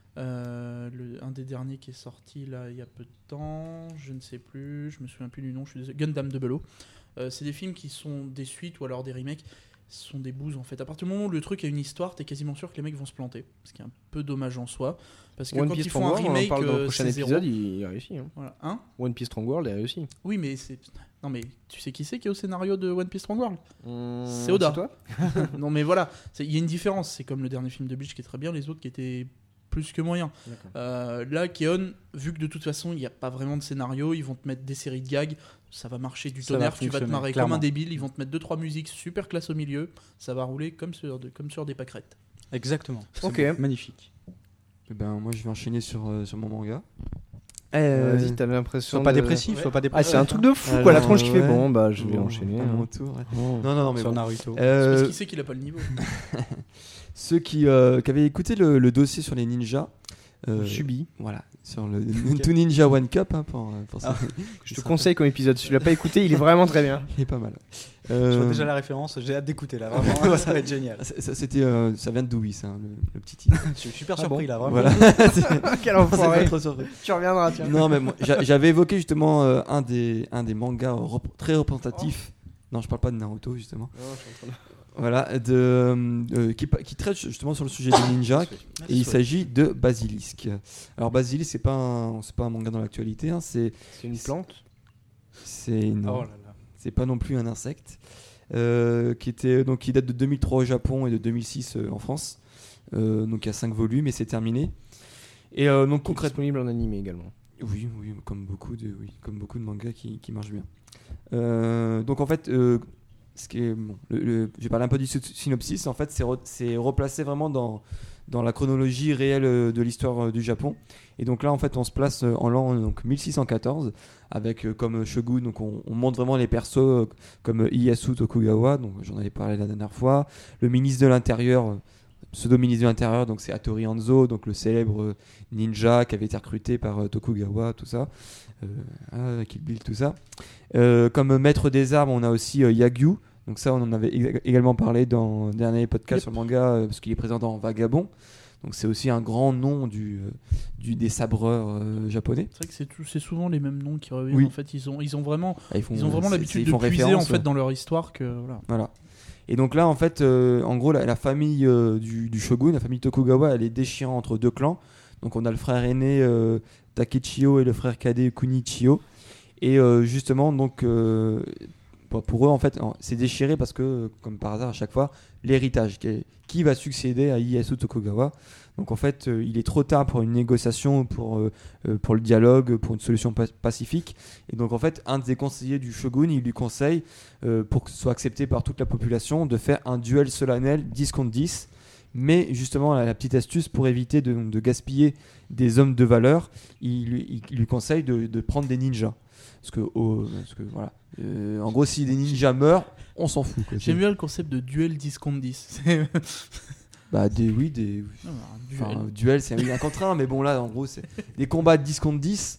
Euh, le, un des derniers qui est sorti là il y a peu de temps, je ne sais plus, je me souviens plus du nom, je suis désolé. Gundam Double O. Euh, c'est des films qui sont des suites ou alors des remakes. Ce sont des bouses en fait. À partir du moment où le truc a une histoire, t'es quasiment sûr que les mecs vont se planter. Ce qui est un peu dommage en soi. Parce que One quand Piece ils font un Strong World, on en remake, parle dans le euh, prochain c'est zéro. épisode, il il a réussi. Hein. Voilà. Hein One Piece Strong World a réussi. Oui, mais c'est. Non, mais tu sais qui c'est qui est au scénario de One Piece Strong World Mmh, C'est Oda. toi Non, mais voilà. C'est- Il y a une différence. C'est comme le dernier film de Bleach qui est très bien, les autres qui étaient plus que moyens. Euh, là, Keon, vu que de toute façon, il n'y a pas vraiment de scénario, ils vont te mettre des séries de gags. Ça va marcher du Ça va tonnerre. Tu vas te fonctionner, marrer clairement. comme un débile. Ils vont te mettre deux trois musiques super classe au milieu. Ça va rouler comme sur, de- comme sur des pâquerettes. Exactement. C'est Ok. magnifique. Eh ben, moi, je vais enchaîner sur, euh, sur mon manga. Euh, Vas-y, t'as l'impression. Sois pas de... dépressif, ouais. sois pas dépressif. Ah, c'est un truc de fou, Alors, quoi. La tronche qui ouais. fait bon, bah je vais Bon, enchaîner. à hein. mon tour. ouais. Oh. Non, non, non, mais Sur bon. Naruto. C'est Euh, parce qu'il sait qu'il a pas le niveau. Ceux qui, euh, qui avaient écouté le, le dossier sur les ninjas, euh, Subi. voilà, sur le Two Ninja One Cup, hein, pour, pour ça. Je te conseille comme épisode. Si tu l'as pas écouté, il est vraiment très bien. Il est pas mal. Je Euh, vois déjà la référence, j'ai hâte d'écouter là, vraiment, ça va être génial. ça, ça, c'était, euh, ça vient de Dewey, ça, le, le petit titre. Je suis super Ah surpris bon là, vraiment. Voilà. C'est- Quel c'est pas enfoiré. trop surpris. Tu reviendras, tiens. Non, mais moi, j'a- j'avais évoqué justement euh, un, des, un des mangas rep- très représentatifs. Non, je parle pas de Naruto, justement. Non, je suis en train de- Voilà, de, euh, qui, pa- qui traite justement sur le sujet des ninjas. Et il s'agit de Basilisk. Alors, Basilisk, c'est pas un, c'est pas un manga dans l'actualité, hein, c'est, C'est une plante. c'est, non, Oh là là. c'est pas non plus un insecte. Euh, qui, était, donc, qui date de deux mille trois au Japon et de deux mille six euh, en France. Euh, donc, il y a cinq volumes et c'est terminé. Et euh, donc, concrètement. Disponible en animé également. Oui, oui, comme beaucoup de, oui, comme beaucoup de mangas qui, qui marchent bien. Euh, donc en fait, euh, ce qui est, bon, le, le, je vais parler un peu du synopsis. En fait, c'est, re, c'est replacé vraiment dans, dans la chronologie réelle de l'histoire du Japon. Et donc là, en fait, on se place en l'an donc, mille six cent quatorze avec euh, comme shogun. Donc on, on montre vraiment les persos euh, comme Ieyasu Tokugawa. Donc j'en avais parlé la dernière fois. Le ministre de l'Intérieur. Pseudo-ministre de l'Intérieur, donc c'est Hattori Hanzo, donc le célèbre ninja qui avait été recruté par euh, Tokugawa, tout ça, euh, ah, Kill Bill, tout ça. Euh, comme maître des armes, on a aussi euh, Yagyu, donc ça on en avait ég- également parlé dans le dernier podcast Yep. sur le manga, euh, parce qu'il est présent dans Vagabond, donc c'est aussi un grand nom du, euh, du, des sabreurs euh, japonais. C'est vrai que c'est, tout- c'est souvent les mêmes noms qui reviennent. Oui. En fait, ils ont, ils ont vraiment, Ah, ils, font, ils ont vraiment c'est- l'habitude c'est- ils de font puiser en référence, fait ouais. dans leur histoire que voilà. Voilà. Et donc là, en fait, euh, en gros, la, la famille euh, du, du shogun, la famille Tokugawa, elle est déchirée entre deux clans. Donc on a le frère aîné euh, Takechiyo et le frère cadet Kunichiyo. Et euh, justement, donc, euh, pour, pour eux, en fait, c'est déchiré parce que, comme par hasard, à chaque fois, l'héritage, qui, est- qui va succéder à Ieyasu Tokugawa. Donc en fait, euh, il est trop tard pour une négociation, pour, euh, euh, pour le dialogue, pour une solution pa- pacifique. Et donc en fait, un des conseillers du shogun, il lui conseille, euh, pour que ce soit accepté par toute la population, de faire un duel solennel dix contre dix. Mais justement, la, la petite astuce pour éviter de, de gaspiller des hommes de valeur, il, lui- il lui conseille de, de prendre des ninjas. Parce que, oh, parce que voilà. Euh, en gros, si des ninjas meurent, on s'en fout. Quoi. J'aime bien le concept de duel dix contre dix. C'est- Bah, des, oui, des. Non, un duel. Enfin, duel, c'est un contre un, mais bon, là, en gros, c'est des combats de dix contre dix.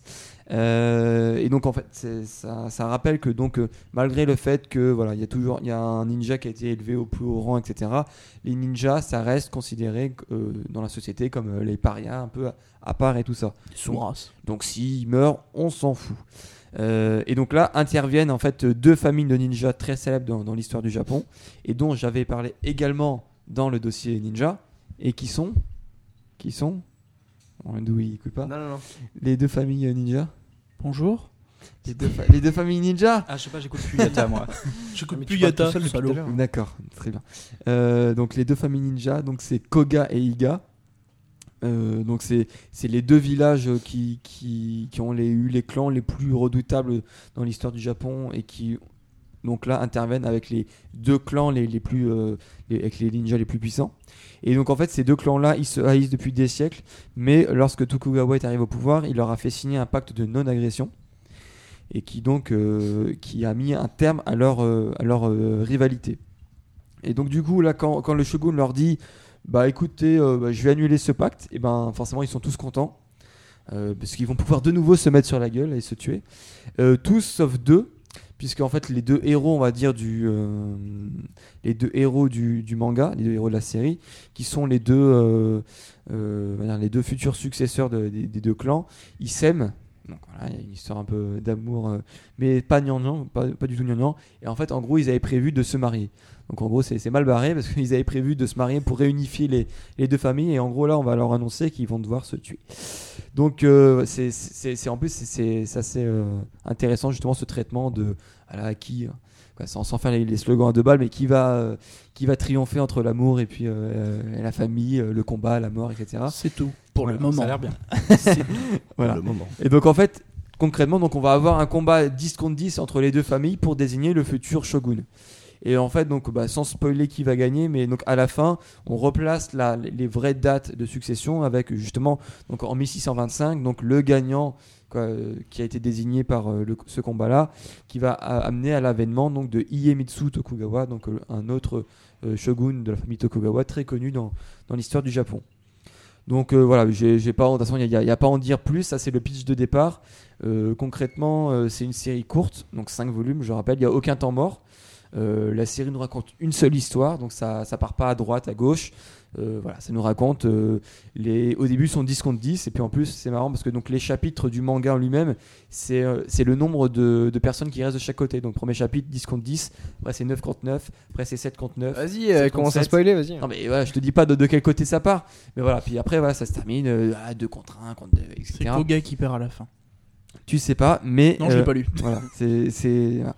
Euh, et donc, en fait, c'est- ça, ça rappelle que, donc, euh, malgré le fait que, voilà, il y a toujours il y a un ninja qui a été élevé au plus haut rang, et cetera, les ninjas, ça reste considéré euh, dans la société comme euh, les parias, un peu à, à part et tout ça. Sous-race. Donc, s'ils meurent, on s'en fout. Euh, et donc là interviennent en fait deux familles de ninjas très célèbres dans, dans l'histoire du Japon et dont j'avais parlé également dans le dossier ninja et qui sont qui sont oh, d'où il écoute pas Non, non, non. les deux familles euh, ninja Bonjour. les deux, fa- les deux familles ninja. Ah, je sais pas, j'écoute plus Yata moi. J'écoute mais plus tu parles Yata, tout seul depuis salaud. tout à l'heure. D'accord, très bien. Euh, donc les deux familles ninja, donc c'est Koga et Iga. Euh, donc c'est c'est les deux villages qui, qui, qui ont les, eu les clans les plus redoutables dans l'histoire du Japon et qui donc là interviennent avec les deux clans les, les plus euh, les- avec les ninjas les plus puissants. Et donc en fait ces deux clans là ils se haïssent depuis des siècles, mais lorsque Tokugawa est arrivé au pouvoir, il leur a fait signer un pacte de non-agression et qui donc euh, qui a mis un terme à leur euh, à leur euh, rivalité. Et donc du coup là quand, quand le shogun leur dit bah écoutez euh, bah, je vais annuler ce pacte, et ben forcément ils sont tous contents euh, parce qu'ils vont pouvoir de nouveau se mettre sur la gueule et se tuer, euh, tous sauf deux, puisque en fait les deux héros on va dire du euh, les deux héros du, du manga, les deux héros de la série, qui sont les deux euh, euh, on va dire les deux futurs successeurs de- des, des deux clans, ils s'aiment. Donc voilà, il y a une histoire un peu d'amour, euh, mais pas gnangnan, pas, pas du tout gnangnan. Et en fait, en gros, ils avaient prévu de se marier. Donc en gros, c'est c'est mal barré parce qu'ils avaient prévu de se marier pour réunifier les, les deux familles. Et en gros, là, on va leur annoncer qu'ils vont devoir se tuer. Donc euh, c'est c'est- c'est- en plus, c'est- c'est c'est assez euh, intéressant justement ce traitement de voilà, qui, euh, quoi, sans, sans faire les, les slogans à deux balles, mais qui va, euh, qui va triompher entre l'amour et puis euh, et la famille, euh, le combat, la mort, et cetera. C'est tout pour Voilà, le moment. Ça a l'air bien. Voilà. Le moment. Et donc en fait, concrètement, donc on va avoir un combat dix contre dix entre les deux familles pour désigner le futur shogun. Et en fait, donc, bah, sans spoiler qui va gagner, mais donc à la fin, on replace la, les vraies dates de succession avec justement donc en mille six cent vingt-cinq, donc le gagnant quoi, euh, qui a été désigné par euh, le, ce combat-là, qui va a, amener à l'avènement donc de Iemitsu Tokugawa, donc euh, un autre euh, shogun de la famille Tokugawa très connu dans, dans l'histoire du Japon. Donc euh, voilà, j'ai, j'ai pas, de toute façon, il n'y a, a, a pas à en dire plus. Ça, c'est le pitch de départ. Euh, concrètement, euh, c'est une série courte, donc cinq volumes, je rappelle, il n'y a aucun temps mort. Euh, la série nous raconte une seule histoire, donc ça ne part pas à droite, à gauche. Euh, voilà, ça nous raconte. Euh, les, au début, sont dix contre dix, et puis en plus, c'est marrant parce que donc, les chapitres du manga en lui-même, c'est, euh, c'est le nombre de, de personnes qui restent de chaque côté. Donc, premier chapitre, dix contre dix, après, c'est neuf contre neuf, après, c'est sept contre neuf. Vas-y, euh, commence à spoiler, vas-y. Non, mais ouais, je te dis pas de, de quel côté ça part, mais voilà, puis après, voilà, ça se termine euh, à deux contre un, contre deux, et cetera. C'est Koga qui perd à la fin. Tu sais pas, mais. Non, je l'ai pas lu. Voilà, c'est. c'est voilà.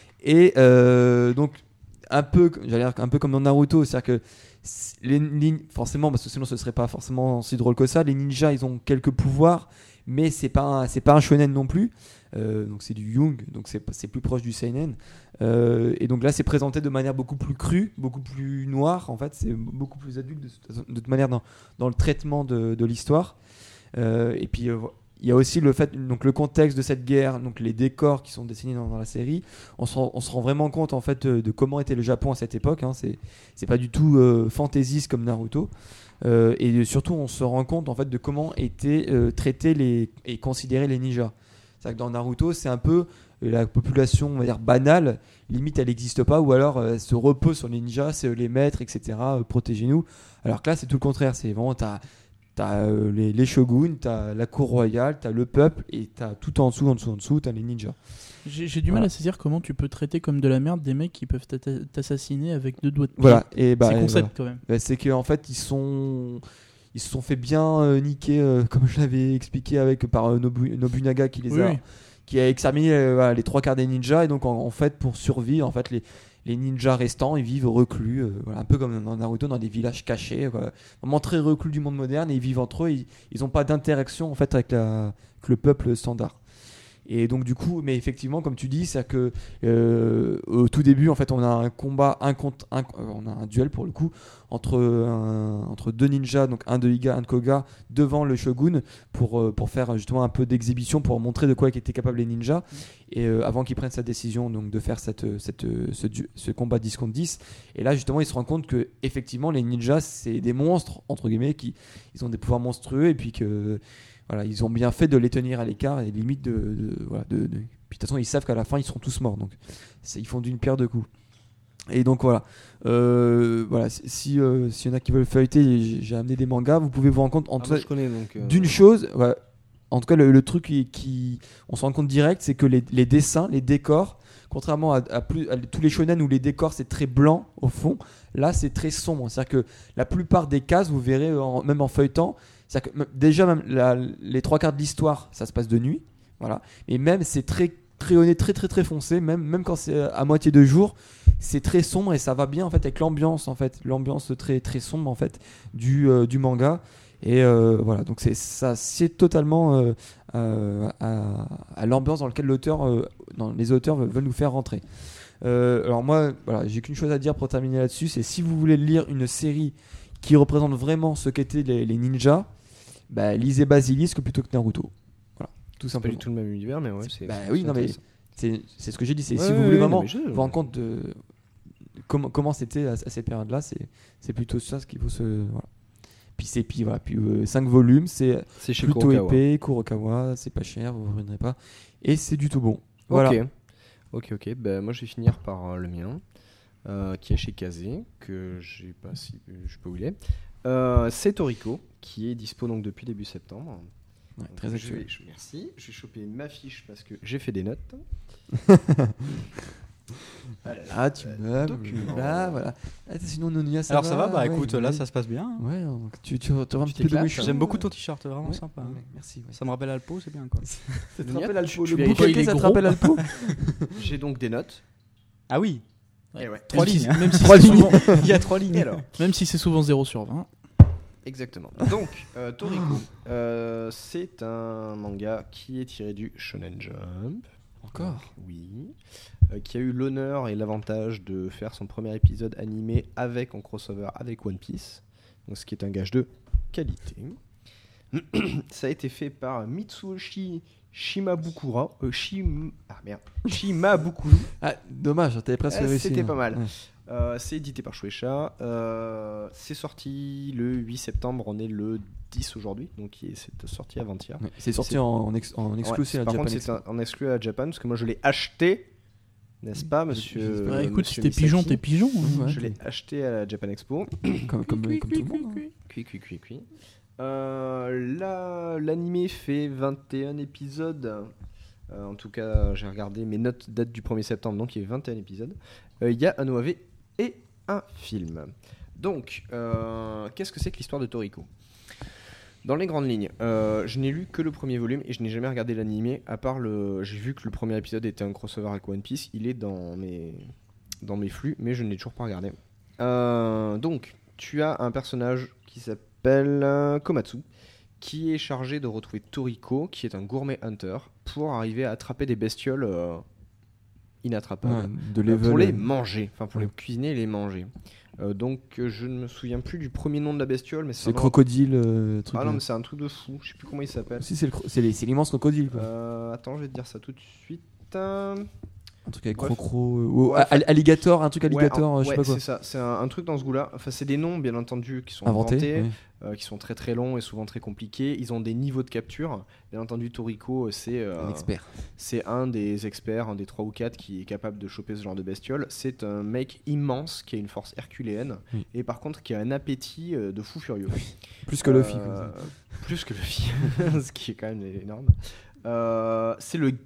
Et euh, donc, un peu, j'allais dire, un peu comme dans Naruto, c'est-à-dire que les nin- forcément, parce que sinon ce serait pas forcément si drôle que ça, les ninjas ils ont quelques pouvoirs, mais c'est pas un, c'est pas un shonen non plus. Euh, donc c'est du Young, donc c'est, c'est plus proche du seinen. Euh, et donc là c'est présenté de manière beaucoup plus crue, beaucoup plus noire en fait, c'est beaucoup plus adulte de, de toute manière dans, dans le traitement de, de l'histoire. Euh, et puis euh, il y a aussi le fait, donc le contexte de cette guerre, donc les décors qui sont dessinés dans, dans la série, on se, rend, on se rend vraiment compte en fait de, de comment était le Japon à cette époque. Hein. C'est, c'est pas du tout euh, fantaisiste comme Naruto, euh, et surtout on se rend compte en fait de comment étaient euh, traités les, et considérés les ninjas. C'est-à-dire que dans Naruto, c'est un peu la population, on va dire banale, limite elle n'existe pas, ou alors euh, elle se repose sur les ninjas, c'est les maîtres, et cetera. Euh, protégez-nous. Alors que là, c'est tout le contraire. C'est vraiment t'as T'as euh, les, les shoguns, t'as la cour royale, t'as le peuple, et t'as tout en dessous, en dessous, en dessous, t'as les ninjas. J'ai, j'ai du voilà. mal à saisir comment tu peux traiter comme de la merde des mecs qui peuvent t'assassiner avec deux doigts de pied. Voilà. Et bah, c'est et concept voilà. quand même. Bah, c'est qu'en fait, ils sont, ils se sont fait bien euh, niquer, euh, comme je l'avais expliqué avec par euh, Nobu, Nobunaga qui les Oui, a, oui. qui a exterminé euh, voilà, les trois quarts des ninjas, et donc en, en fait, pour survivre, en fait, les Les ninjas restants, ils vivent reclus, euh, voilà, un peu comme dans Naruto, dans des villages cachés, quoi. Vraiment très reclus du monde moderne, et ils vivent entre eux, ils n'ont pas d'interaction en fait avec, la, avec le peuple standard. Et donc du coup, mais effectivement, comme tu dis, c'est que euh, au tout début, en fait, on a un combat, un contre, un, on a un duel pour le coup entre un, entre deux ninjas, donc un de Iga, un de Koga, devant le shogun pour euh, pour faire justement un peu d'exhibition pour montrer de quoi étaient capables les ninjas. Et euh, avant qu'ils prennent sa décision, donc de faire cette cette ce, ce combat dix contre dix. Et là, justement, ils se rendent compte que effectivement, les ninjas, c'est des monstres entre guillemets, qui ils ont des pouvoirs monstrueux, et puis que voilà, ils ont bien fait de les tenir à l'écart et limite de, de, voilà, de, de... Puis de toute façon, ils savent qu'à la fin, ils seront tous morts. Donc, ils font d'une pierre deux coups. Et donc voilà. Euh, voilà, si euh, s'il y en a qui veulent feuilleter, j'ai, j'ai amené des mangas. Vous pouvez vous rendre compte en Ah, tout moi, cas, je connais, donc, euh... d'une chose. Ouais, en tout cas, le, le truc qui, qui, on se rend compte direct, c'est que les, les dessins, les décors, contrairement à, à, plus, à tous les shonen où les décors c'est très blanc au fond, là c'est très sombre. C'est-à-dire que la plupart des cases, vous verrez en, même en feuilletant. C'est-à-dire que déjà même la, les trois quarts de l'histoire ça se passe de nuit, voilà, et même c'est très crayonné, très très très foncé, même, même quand c'est à moitié de jour c'est très sombre, et ça va bien en fait avec l'ambiance, en fait l'ambiance très très sombre en fait du, euh, du manga, et euh, voilà, donc c'est, ça c'est totalement euh, euh, à, à l'ambiance dans laquelle l'auteur euh, dans, les auteurs veulent nous faire rentrer. Euh, alors moi voilà, j'ai qu'une chose à dire pour terminer là-dessus, c'est si vous voulez lire une série qui représente vraiment ce qu'étaient les, les ninjas, bah, lisez Basilisque plutôt que Naruto. Voilà, tout C'est pas simplement. du tout le même univers, mais ouais. C'est, bah c'est oui, non mais c'est, c'est ce que j'ai dit. C'est ouais, si vous ouais, voulez ouais, vraiment non, je... vous rendre compte de comment comment c'était à, à cette période-là, c'est c'est plutôt ça ce qu'il faut se voilà. Puis c'est puis voilà, puis euh, cinq volumes, c'est, c'est chez plutôt Kurokawa. épais, Kurokawa, c'est pas cher, vous ne reviendrez pas, et c'est du tout bon. Voilà. Ok, ok, ok. Ben moi je vais finir par euh, le mien, euh, qui est chez Kazé, que j'ai pas si je sais pas où il est. Euh, c'est Toriko, qui est dispo donc depuis début septembre. Ouais, Donc, très je actuel. vais, je, merci. Je vais choper ma fiche parce que j'ai fait des notes. Ah, tu meubles, document. là, voilà. Ah, sinon, Nonia, ça Alors va ça va, bah ouais, écoute, ouais. là ça se passe bien. Ouais, donc tu, tu, tu auras un Tu petit peu de t'éclates, méchant. J'aime beaucoup ton t-shirt, vraiment Ouais, sympa. ouais, merci. Ouais. Ça me rappelle Alpo, c'est bien quoi. Ça te Nonia, rappelle tu- Alpo, tu le vérifies bouquet, il est ça te gros rappelle Alpo. J'ai donc des notes. Ah oui, Et ouais. trois Même si- lignes. hein. Même si, Trois c'est lignes. souvent, Il y a trois lignes. Et alors même si c'est souvent zéro sur vingt. Exactement. Donc, euh, Toriko, euh, c'est un manga qui est tiré du Shonen Jump. Encore. Oui. Euh, qui a eu l'honneur et l'avantage de faire son premier épisode animé avec en crossover avec One Piece, donc ce qui est un gage de qualité. Ça a été fait par Mitsuyoshi Shimabukuro. Euh, Shim... Ah merde. Shimabukuro. Ah, dommage, t'avais presque Ah, réussi. c'était hein. pas mal. Ouais. Euh, c'est édité par Shueisha. Euh, c'est sorti le huit septembre. On est le dix aujourd'hui. Donc il est- c'est sorti avant-hier. Ouais, C'est sorti C'est- en, en, ex- en exclu Ouais, à par Japan contre, c'est Expo. un- en exclu à Japan parce que moi je l'ai acheté. N'est-ce pas, monsieur Bah, écoute, monsieur si t'es pigeon, Misaki. t'es pigeon. hein. Ouais, Je l'ai acheté à la Japan Expo. comme, comme, comme tout le monde. hein. Cui, cui, cui, cui. Euh, là, l'animé fait vingt et un épisodes. Euh, en tout cas, j'ai regardé, mes notes datent du premier septembre, donc il y a vingt et un épisodes. Euh, Il y a un O A V et un film. Donc, euh, qu'est-ce que c'est que l'histoire de Toriko ? Dans les grandes lignes, euh, je n'ai lu que le premier volume et je n'ai jamais regardé l'animé, à part le... J'ai vu que le premier épisode était un crossover avec One Piece, il est dans mes, dans mes flux, mais je ne l'ai toujours pas regardé. Euh, donc, tu as un personnage qui s'appelle euh, Komatsu, qui est chargé de retrouver Toriko, qui est un gourmet hunter, pour arriver à attraper des bestioles euh, inattrapables. Ouais, de Euh, level. pour les manger, enfin pour Ouais. les cuisiner et les manger. Euh, donc euh, je ne me souviens plus du premier nom de la bestiole, mais c'est C'est un nom- crocodile. euh, truc Ah non, de- mais c'est un truc de fou, je sais plus comment il s'appelle. Si, c'est le cro- c'est les- c'est l'immense crocodile. quoi. Euh, attends, je vais te dire ça tout de suite. Euh, Un truc avec bref. crocro. euh, ou- Ouais, ah, alligator, un truc alligator, ouais, euh, je sais ouais, pas quoi. c'est ça, c'est un, un truc dans ce goût-là. Enfin, c'est des noms, bien entendu, qui sont Inventé. inventés, ouais. euh, qui sont très très longs et souvent très compliqués. Ils ont des niveaux de capture. Bien entendu, Toriko, c'est euh, Un expert. c'est un des experts, un des trois ou quatre qui est capable de choper ce genre de bestiole. C'est un mec immense qui a une force herculéenne Oui. et par contre qui a un appétit euh, de fou furieux. Plus que Luffy. Euh, comme ça. Plus que Luffy, ce qui est quand même énorme. Euh, c'est le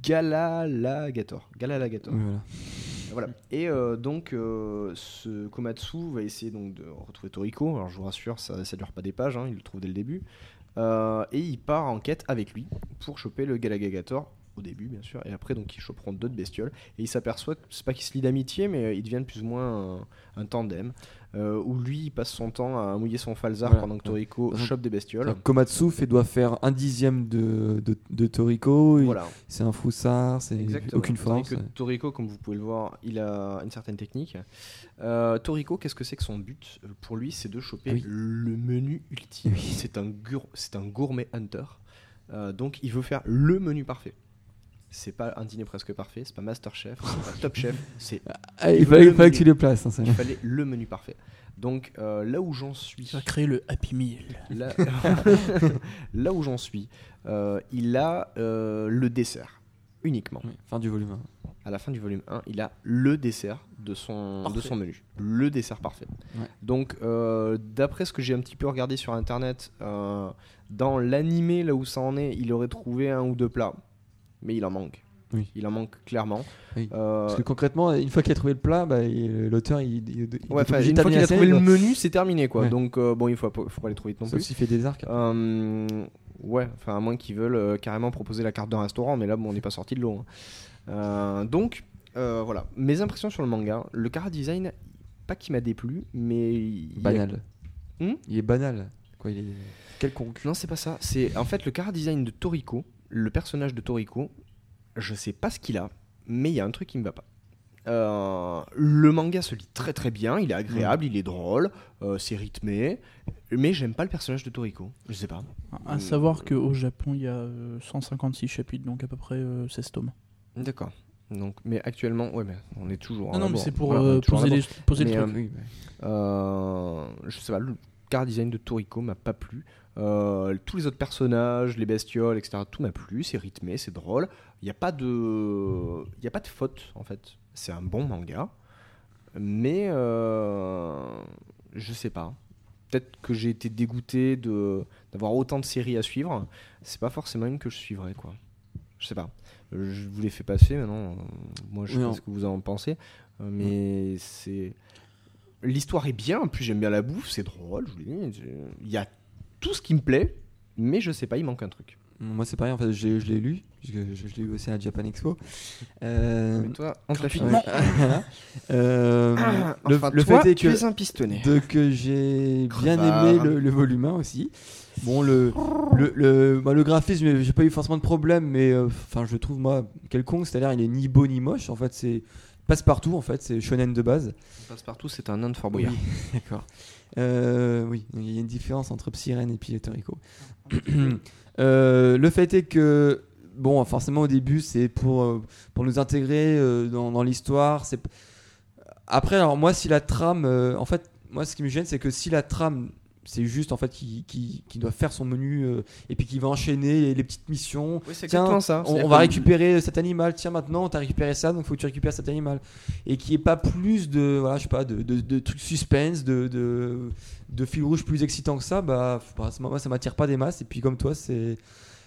Galalagator. Galalagator. Oui, voilà. Voilà. Et euh, donc, euh, ce Komatsu va essayer donc de retrouver Toriko. Alors, je vous rassure, ça ne dure pas des pages, hein, il le trouve dès le début. Euh, et il part en quête avec lui pour choper le Galalagator au début, bien sûr. Et après, donc, ils choperont d'autres bestioles. Et il s'aperçoit que c'est pas qu'ils se lient d'amitié, mais euh, ils deviennent plus ou moins un, un tandem. Euh, où lui, il passe son temps à mouiller son falzar Voilà. pendant que Toriko Ouais. chope des bestioles. Alors, Komatsu fait, doit faire un dixième de, de, de Toriko. il- Voilà. C'est un froussard, c'est Exactement. aucune Tandis force. que Toriko, comme vous pouvez le voir, il a une certaine technique. Euh, Toriko, qu'est-ce que c'est que son but ? Euh, Pour lui, c'est de choper Ah oui. le menu ultime. Oui. C'est un, gour- c'est un gourmet hunter. Euh, donc, il veut faire le menu parfait. C'est pas un dîner presque parfait, c'est pas Masterchef, c'est pas Top Chef, c'est Ah, il il fallait, veut il fallait le que tu les places. hein, ça. il fallait le menu parfait. Donc euh, là où j'en suis, Tu vas créer le Happy Meal. là, là où j'en suis, euh, il a euh, le dessert uniquement. Oui, fin du volume un. À la fin du volume un, il a le dessert de son, de Parfait. son menu. Le dessert parfait. Ouais. Donc, euh, d'après ce que j'ai un petit peu regardé sur internet, euh, dans l'animé, là où ça en est, il aurait trouvé un ou deux plats. Mais il en manque. Oui. Il en manque clairement. Oui. Euh, Parce que concrètement, une fois qu'il a trouvé le plat, bah, il- l'auteur, il, il, il ouais, est enfin, obligé une de fois qu'il terminer a la trouvé série, le quoi. menu, c'est terminé, quoi. Ouais. Donc, euh, bon, il faut, faut pas aller trop vite non Sauf plus. s'il fait des arcs. Euh, ouais, enfin, à moins qu'ils veulent euh, carrément proposer la carte d'un restaurant, mais là, bon, on n'est pas sorti de l'eau. hein. Euh, donc, euh, voilà. Mes impressions sur le manga, le chara design, pas qu'il m'a déplu, mais. il y a- Banal. Hmm Il est banal. Quoi, il est quelconque. Non, c'est pas ça. C'est en fait le chara design de Toriko, le personnage de Toriko. Je sais pas ce qu'il a, mais il y a un truc qui me va pas. Euh, le manga se lit très très bien, il est agréable, il est drôle, euh, c'est rythmé, mais j'aime pas le personnage de Toriko. Je sais pas. À savoir qu'au Japon, il y a euh, cent cinquante-six chapitres, donc à peu près euh, seize tomes. D'accord. Donc, mais actuellement, ouais, mais on est toujours. Non, en non, mais abord. c'est pour Voilà, on euh, est toujours en poser, abord. les, poser Mais, le euh, truc. Oui, ouais. Euh, je sais pas, le chara design de Toriko m'a pas plu. Euh, tous les autres personnages, les bestioles, et cetera, tout m'a plu. C'est rythmé, c'est drôle. Il n'y a pas de, il y a pas de faute en fait. C'est un bon manga, mais euh, je sais pas. Peut-être que j'ai été dégoûté de d'avoir autant de séries à suivre. C'est pas forcément une que je suivrai, quoi. Je sais pas. Je vous l'ai fait passer maintenant. euh, Moi, je sais Oui, pas on- ce que vous en pensez, euh, mais c'est l'histoire est bien. En plus, j'aime bien la bouffe, c'est drôle. Je vous l'ai dit. Il y a tout ce qui me plaît, mais je sais pas, il manque un truc. Moi c'est pareil, en fait, je, je l'ai lu, je, je, je l'ai lu aussi à Japan Expo. Euh, Mais toi, on te l'a Gratuitement. voilà. Euh, le Enfin, le toi, fait est tu que, es un pistonné. de, que j'ai bien Crevard. aimé le, le volume un aussi. Bon, le, le, le, bah, le graphisme, j'ai pas eu forcément de problème, mais enfin, euh, je le trouve moi quelconque, c'est-à-dire il est ni beau ni moche, en fait, c'est passe-partout, en fait, c'est shonen de base. Passe-partout, c'est un nain de Fort Boyard. Oui, d'accord. Euh, oui, il y a une différence entre Psyren et puis Toriko. euh, le fait est que, bon, forcément au début, c'est pour, euh, pour nous intégrer euh, dans, dans l'histoire. C'est... Après, alors moi, si la trame, euh, en fait, moi, ce qui me gêne, c'est que si la trame, c'est juste en fait qu'il qui, qui doit faire son menu euh, et puis qu'il va enchaîner les, les petites missions. Oui, c'est Tiens, exactement ça. On, C'est on va comme- récupérer cet animal. Tiens, maintenant, t'as récupéré ça, donc faut que tu récupères cet animal. Et qu'il n'y ait pas plus de, voilà, je sais pas, de, de, de trucs suspense, de, de, de fil rouge plus excitant que ça. Bah, bah ça, moi, ça m'attire pas des masses. Et puis comme toi, c'est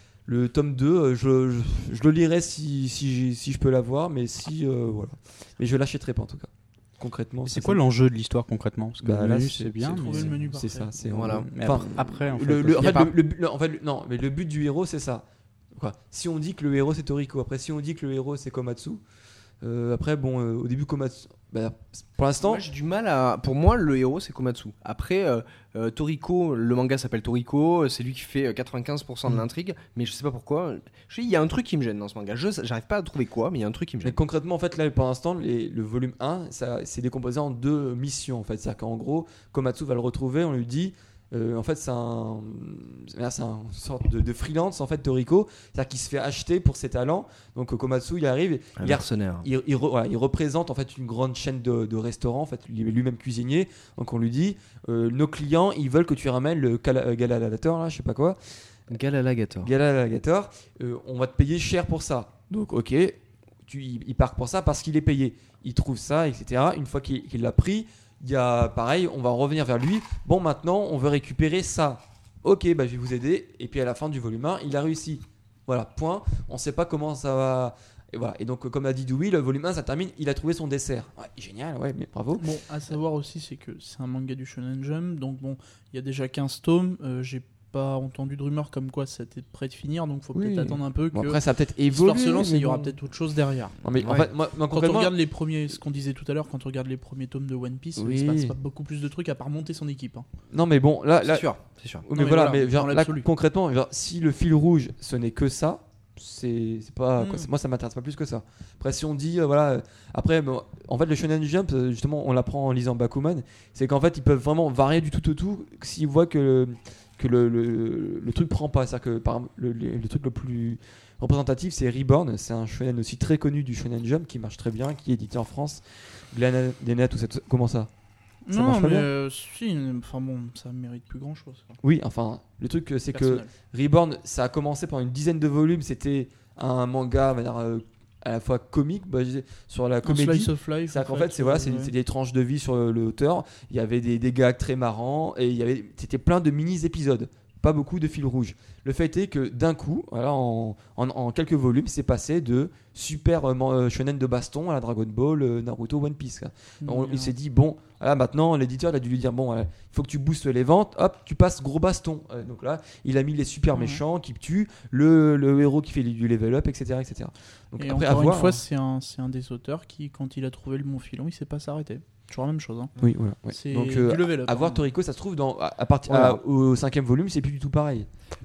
le tome deux. Je, je, je le lirai si, si, j'ai- si je peux l'avoir, mais si, euh, voilà. Mais je l'achèterai pas en tout cas. Concrètement. C'est ça, quoi ça- l'enjeu de l'histoire concrètement? Parce que Bah, le là, menu c'est- c'est bien, c'est mais trouver le menu C'est parfait. ça. C'est Voilà. Mais Enfin, après, en fait, le, le- en il y a fait, pas- le, le- le- en fait, le- non, mais le but du héros, c'est ça. Quoi. Si on dit que le héros c'est Toriko, après si on dit que le héros c'est Komatsu, euh, après bon, euh, au début Komatsu, bah, pour l'instant, Moi, j'ai du mal à. Pour moi, le héros, c'est Komatsu. Après, euh, euh, Toriko, le manga s'appelle Toriko, c'est lui qui fait euh, quatre-vingt-quinze pour cent de Mm. l'intrigue, mais je sais pas pourquoi. Je sais, il y a un truc qui me gêne dans ce manga. Je, j'arrive pas à trouver quoi, mais il y a un truc qui me mais gêne. concrètement en fait là pour l'instant les- le volume un, ça c'est décomposé en deux missions en fait, c'est-à-dire qu'en gros Komatsu va le retrouver, on lui dit. Euh, en fait, c'est un, c'est un sorte de, de freelance en fait, Toriko, c'est-à-dire qu'il se fait acheter pour ses talents. Donc Komatsu, il arrive, Un il, a- mercenaire. il, il re- voilà, il représente en fait une grande chaîne de, de restaurants. En fait, il est lui-même cuisinier. Donc on lui dit, euh, nos clients, ils veulent que tu ramènes le Kala- euh, Galalalator, là, je sais pas quoi, Galalagator. Galalagator. Euh, on va te payer cher pour ça. Donc ok, tu, il, il part pour ça parce qu'il est payé. Il trouve ça, et cetera. Une fois qu'il, qu'il l'a pris, il y a pareil, on va revenir vers lui. Bon, maintenant, on veut récupérer ça. Ok, bah, je vais vous aider. Et puis à la fin du volume un, il a réussi. Voilà, point. On ne sait pas comment ça va. Et, voilà. Et donc, comme a dit Dewey, le volume un, ça termine. Il a trouvé son dessert. Ouais, génial, ouais, mais bravo. Bon, à savoir aussi, c'est que c'est un manga du Shonen Jump, donc bon, il y a déjà quinze tomes. euh, J'ai pas entendu de rumeurs comme quoi ça était prêt de finir, donc faut Oui. peut-être attendre un peu que Bon, après, ça a peut-être l'histoire évolué. se lance et mais il y aura bon. peut-être autre chose derrière. Non, mais en Ouais. fait, moi, moi, Quand on concrètement, regarde les premiers, ce qu'on disait tout à l'heure, quand on regarde les premiers tomes de One Piece, Oui. il se passe pas beaucoup plus de trucs à part monter son équipe. hein. non, mais bon, là, là, C'est sûr, c'est sûr. oui, Non, mais mais voilà, voilà, mais genre, dans là, l'absolu. concrètement, genre, si le fil rouge, ce n'est que ça, c'est c'est pas Mm. quoi, c'est- moi ça m'intéresse pas plus que ça. Après si on dit euh, voilà, euh, après bon, en fait le Shonen Jump euh, justement on l'apprend en lisant Bakuman, c'est qu'en fait ils peuvent vraiment varier du tout au tout s'ils voient que le, que le, le, le truc prend pas, c'est-à-dire que par exemple, le, le, le truc le plus représentatif c'est Reborn, c'est un shonen aussi très connu du Shonen Jump qui marche très bien, qui est édité en France. Glenna, Glenna, tout ça, tout ça. Comment ça? Ça non, marche pas mais bien euh, si, enfin bon, ça mérite plus grand chose. Oui, enfin le truc euh, c'est que Reborn, ça a commencé par une dizaine de volumes. C'était un manga, on va dire, euh, à la fois comique, bah, je disais, sur la Un comédie. slice of life. C'est-à-dire en qu'en fait, c'est voilà, c'est, ouais. c'est des tranches de vie sur le, le auteur. Il y avait des, des gags très marrants et il y avait, c'était plein de mini-épisodes. Pas beaucoup de fil rouge. Le fait est que d'un coup, voilà, en, en, en quelques volumes, c'est passé de super euh, man- euh, shonen de baston à la Dragon Ball, euh, Naruto, One Piece. quoi. On- Mm, il s'est dit bon, voilà, maintenant l'éditeur il a dû lui dire bon, il faut que tu boostes les ventes, hop, tu passes gros baston. Euh, donc là, il a mis les super Ouais. méchants qui tuent, le, le héros qui fait du level up, et cetera, et cetera. Donc Et après encore à voir. une fois, hein. c'est un, c'est un des auteurs qui, quand il a trouvé le bon filon, il sait pas s'arrêter. Toujours la même chose. Hein. Oui, voilà. ouais. C'est Donc du euh, level up. à voir hein. Toriko, ça se trouve dans à, à partir Voilà. à- au cinquième volume, c'est plus du tout pareil.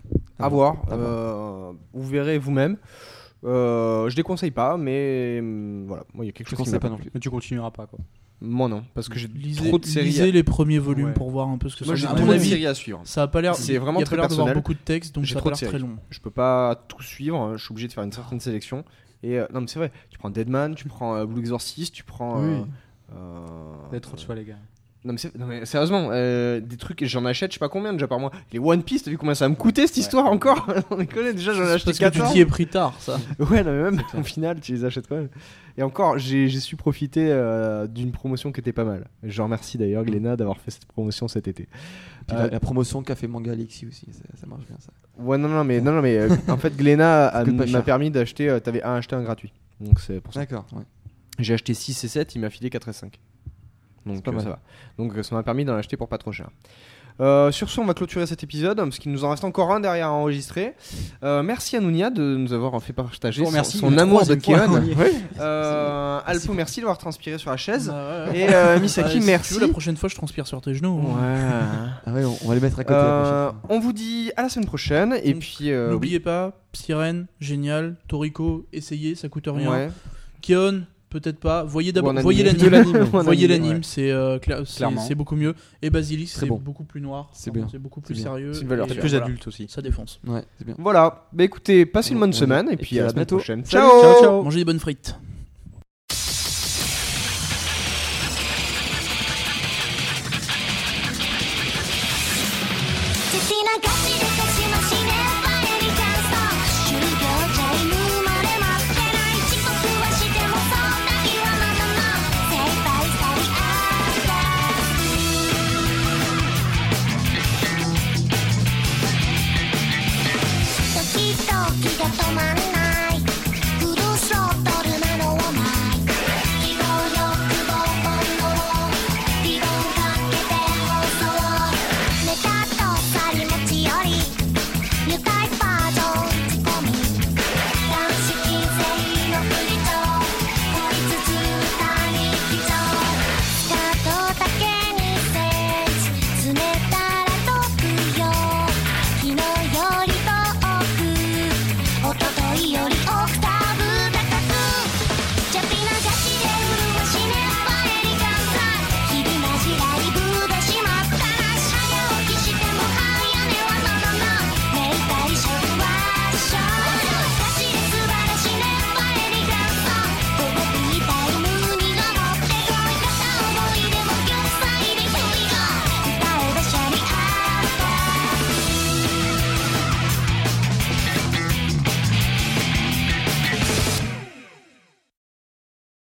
À voir. à voir. euh, vous verrez vous-même. Euh, je déconseille pas, mais hum, voilà. Moi, il y a quelque Je chose qui conseille m'a pas pas non plus. Mais tu continueras pas quoi. Moi non, parce que j'ai Lisez, trop de séries. lisez les premiers volumes Ouais. pour voir un peu ce que Moi, ça j'ai donne. trop À de mon avis, séries à suivre. ça a pas l'air. C'est vraiment il y a très pas l'air d'avoir personnel. beaucoup de textes, donc J'ai ça a trop pas de l'air très séries. long. Je peux pas tout suivre. Je suis obligé de faire une certaine sélection. Et euh, non, mais c'est vrai. Tu prends Deadman, tu prends euh, Blue Exorcist, tu prends. euh, Oui. euh, Vous êtes trop de choix les gars. Non mais, c'est- non, mais sérieusement, euh, des trucs, j'en achète je sais pas combien déjà par mois. Les One Piece, t'as vu combien ça va me coûter cette histoire encore? On les connaît déjà, j'en ai acheté Parce que tu quatorze. t'y es pris tard, ça. Ouais, non mais même au final, tu les achètes quand même. Et encore, j'ai j'ai su profiter euh, d'une promotion qui était pas mal. Je remercie d'ailleurs Glénat d'avoir fait cette promotion cet été. Puis Euh, la, la promotion qu'a fait Manga Alexis aussi, ça, ça marche bien ça. Ouais, non, non, mais, non, non, mais euh, en fait, Glénat a- Ça coûte pas m'a cher. permis d'acheter, euh, t'avais un acheté un gratuit. Donc c'est pour ça. D'accord. Ouais. J'ai acheté six et sept, il m'a filé quatre et cinq. Donc pas euh, mal. ça va. Donc euh, ça m'a permis d'en acheter pour pas trop cher. Euh, sur ce, on va clôturer cet épisode parce qu'il nous en reste encore un derrière à enregistrer. Euh, merci à Nounia de nous avoir fait partager son, son amour de Keon. Euh, Alpo, merci de l'avoir transpiré sur la chaise. Bah, ouais. Et euh, Misaki, Ah, si merci. tu veux, la prochaine fois, je transpire sur tes genoux. Ouais. Ah ouais, on, on va les mettre à côté. Euh, la prochaine fois. on vous dit à la semaine prochaine. Et Donc, puis, euh, N'oubliez pas, Psyren, génial. Toriko, essayez, ça coûte rien. ouais. Keon, peut-être pas. Voyez d'abord, Ou en voyez anime. l'anime. Ou en Voyez anime, l'anime, ouais. c'est, euh, cla- c'est, Clairement. c'est beaucoup mieux. Et Basilisk, Très c'est bon. beaucoup plus noir. C'est Vraiment, bien. C'est beaucoup plus C'est bien. sérieux. C'est une valeur Et, sûre. Plus voilà, adulte aussi. Ça défonce. Ouais, c'est bien. Voilà. Bah écoutez, passez une On- bonne on- semaine. Et et puis puis à à la semaine bientôt. prochaine. Salut, Ciao. ciao, ciao. Mangez des bonnes frites. 血流し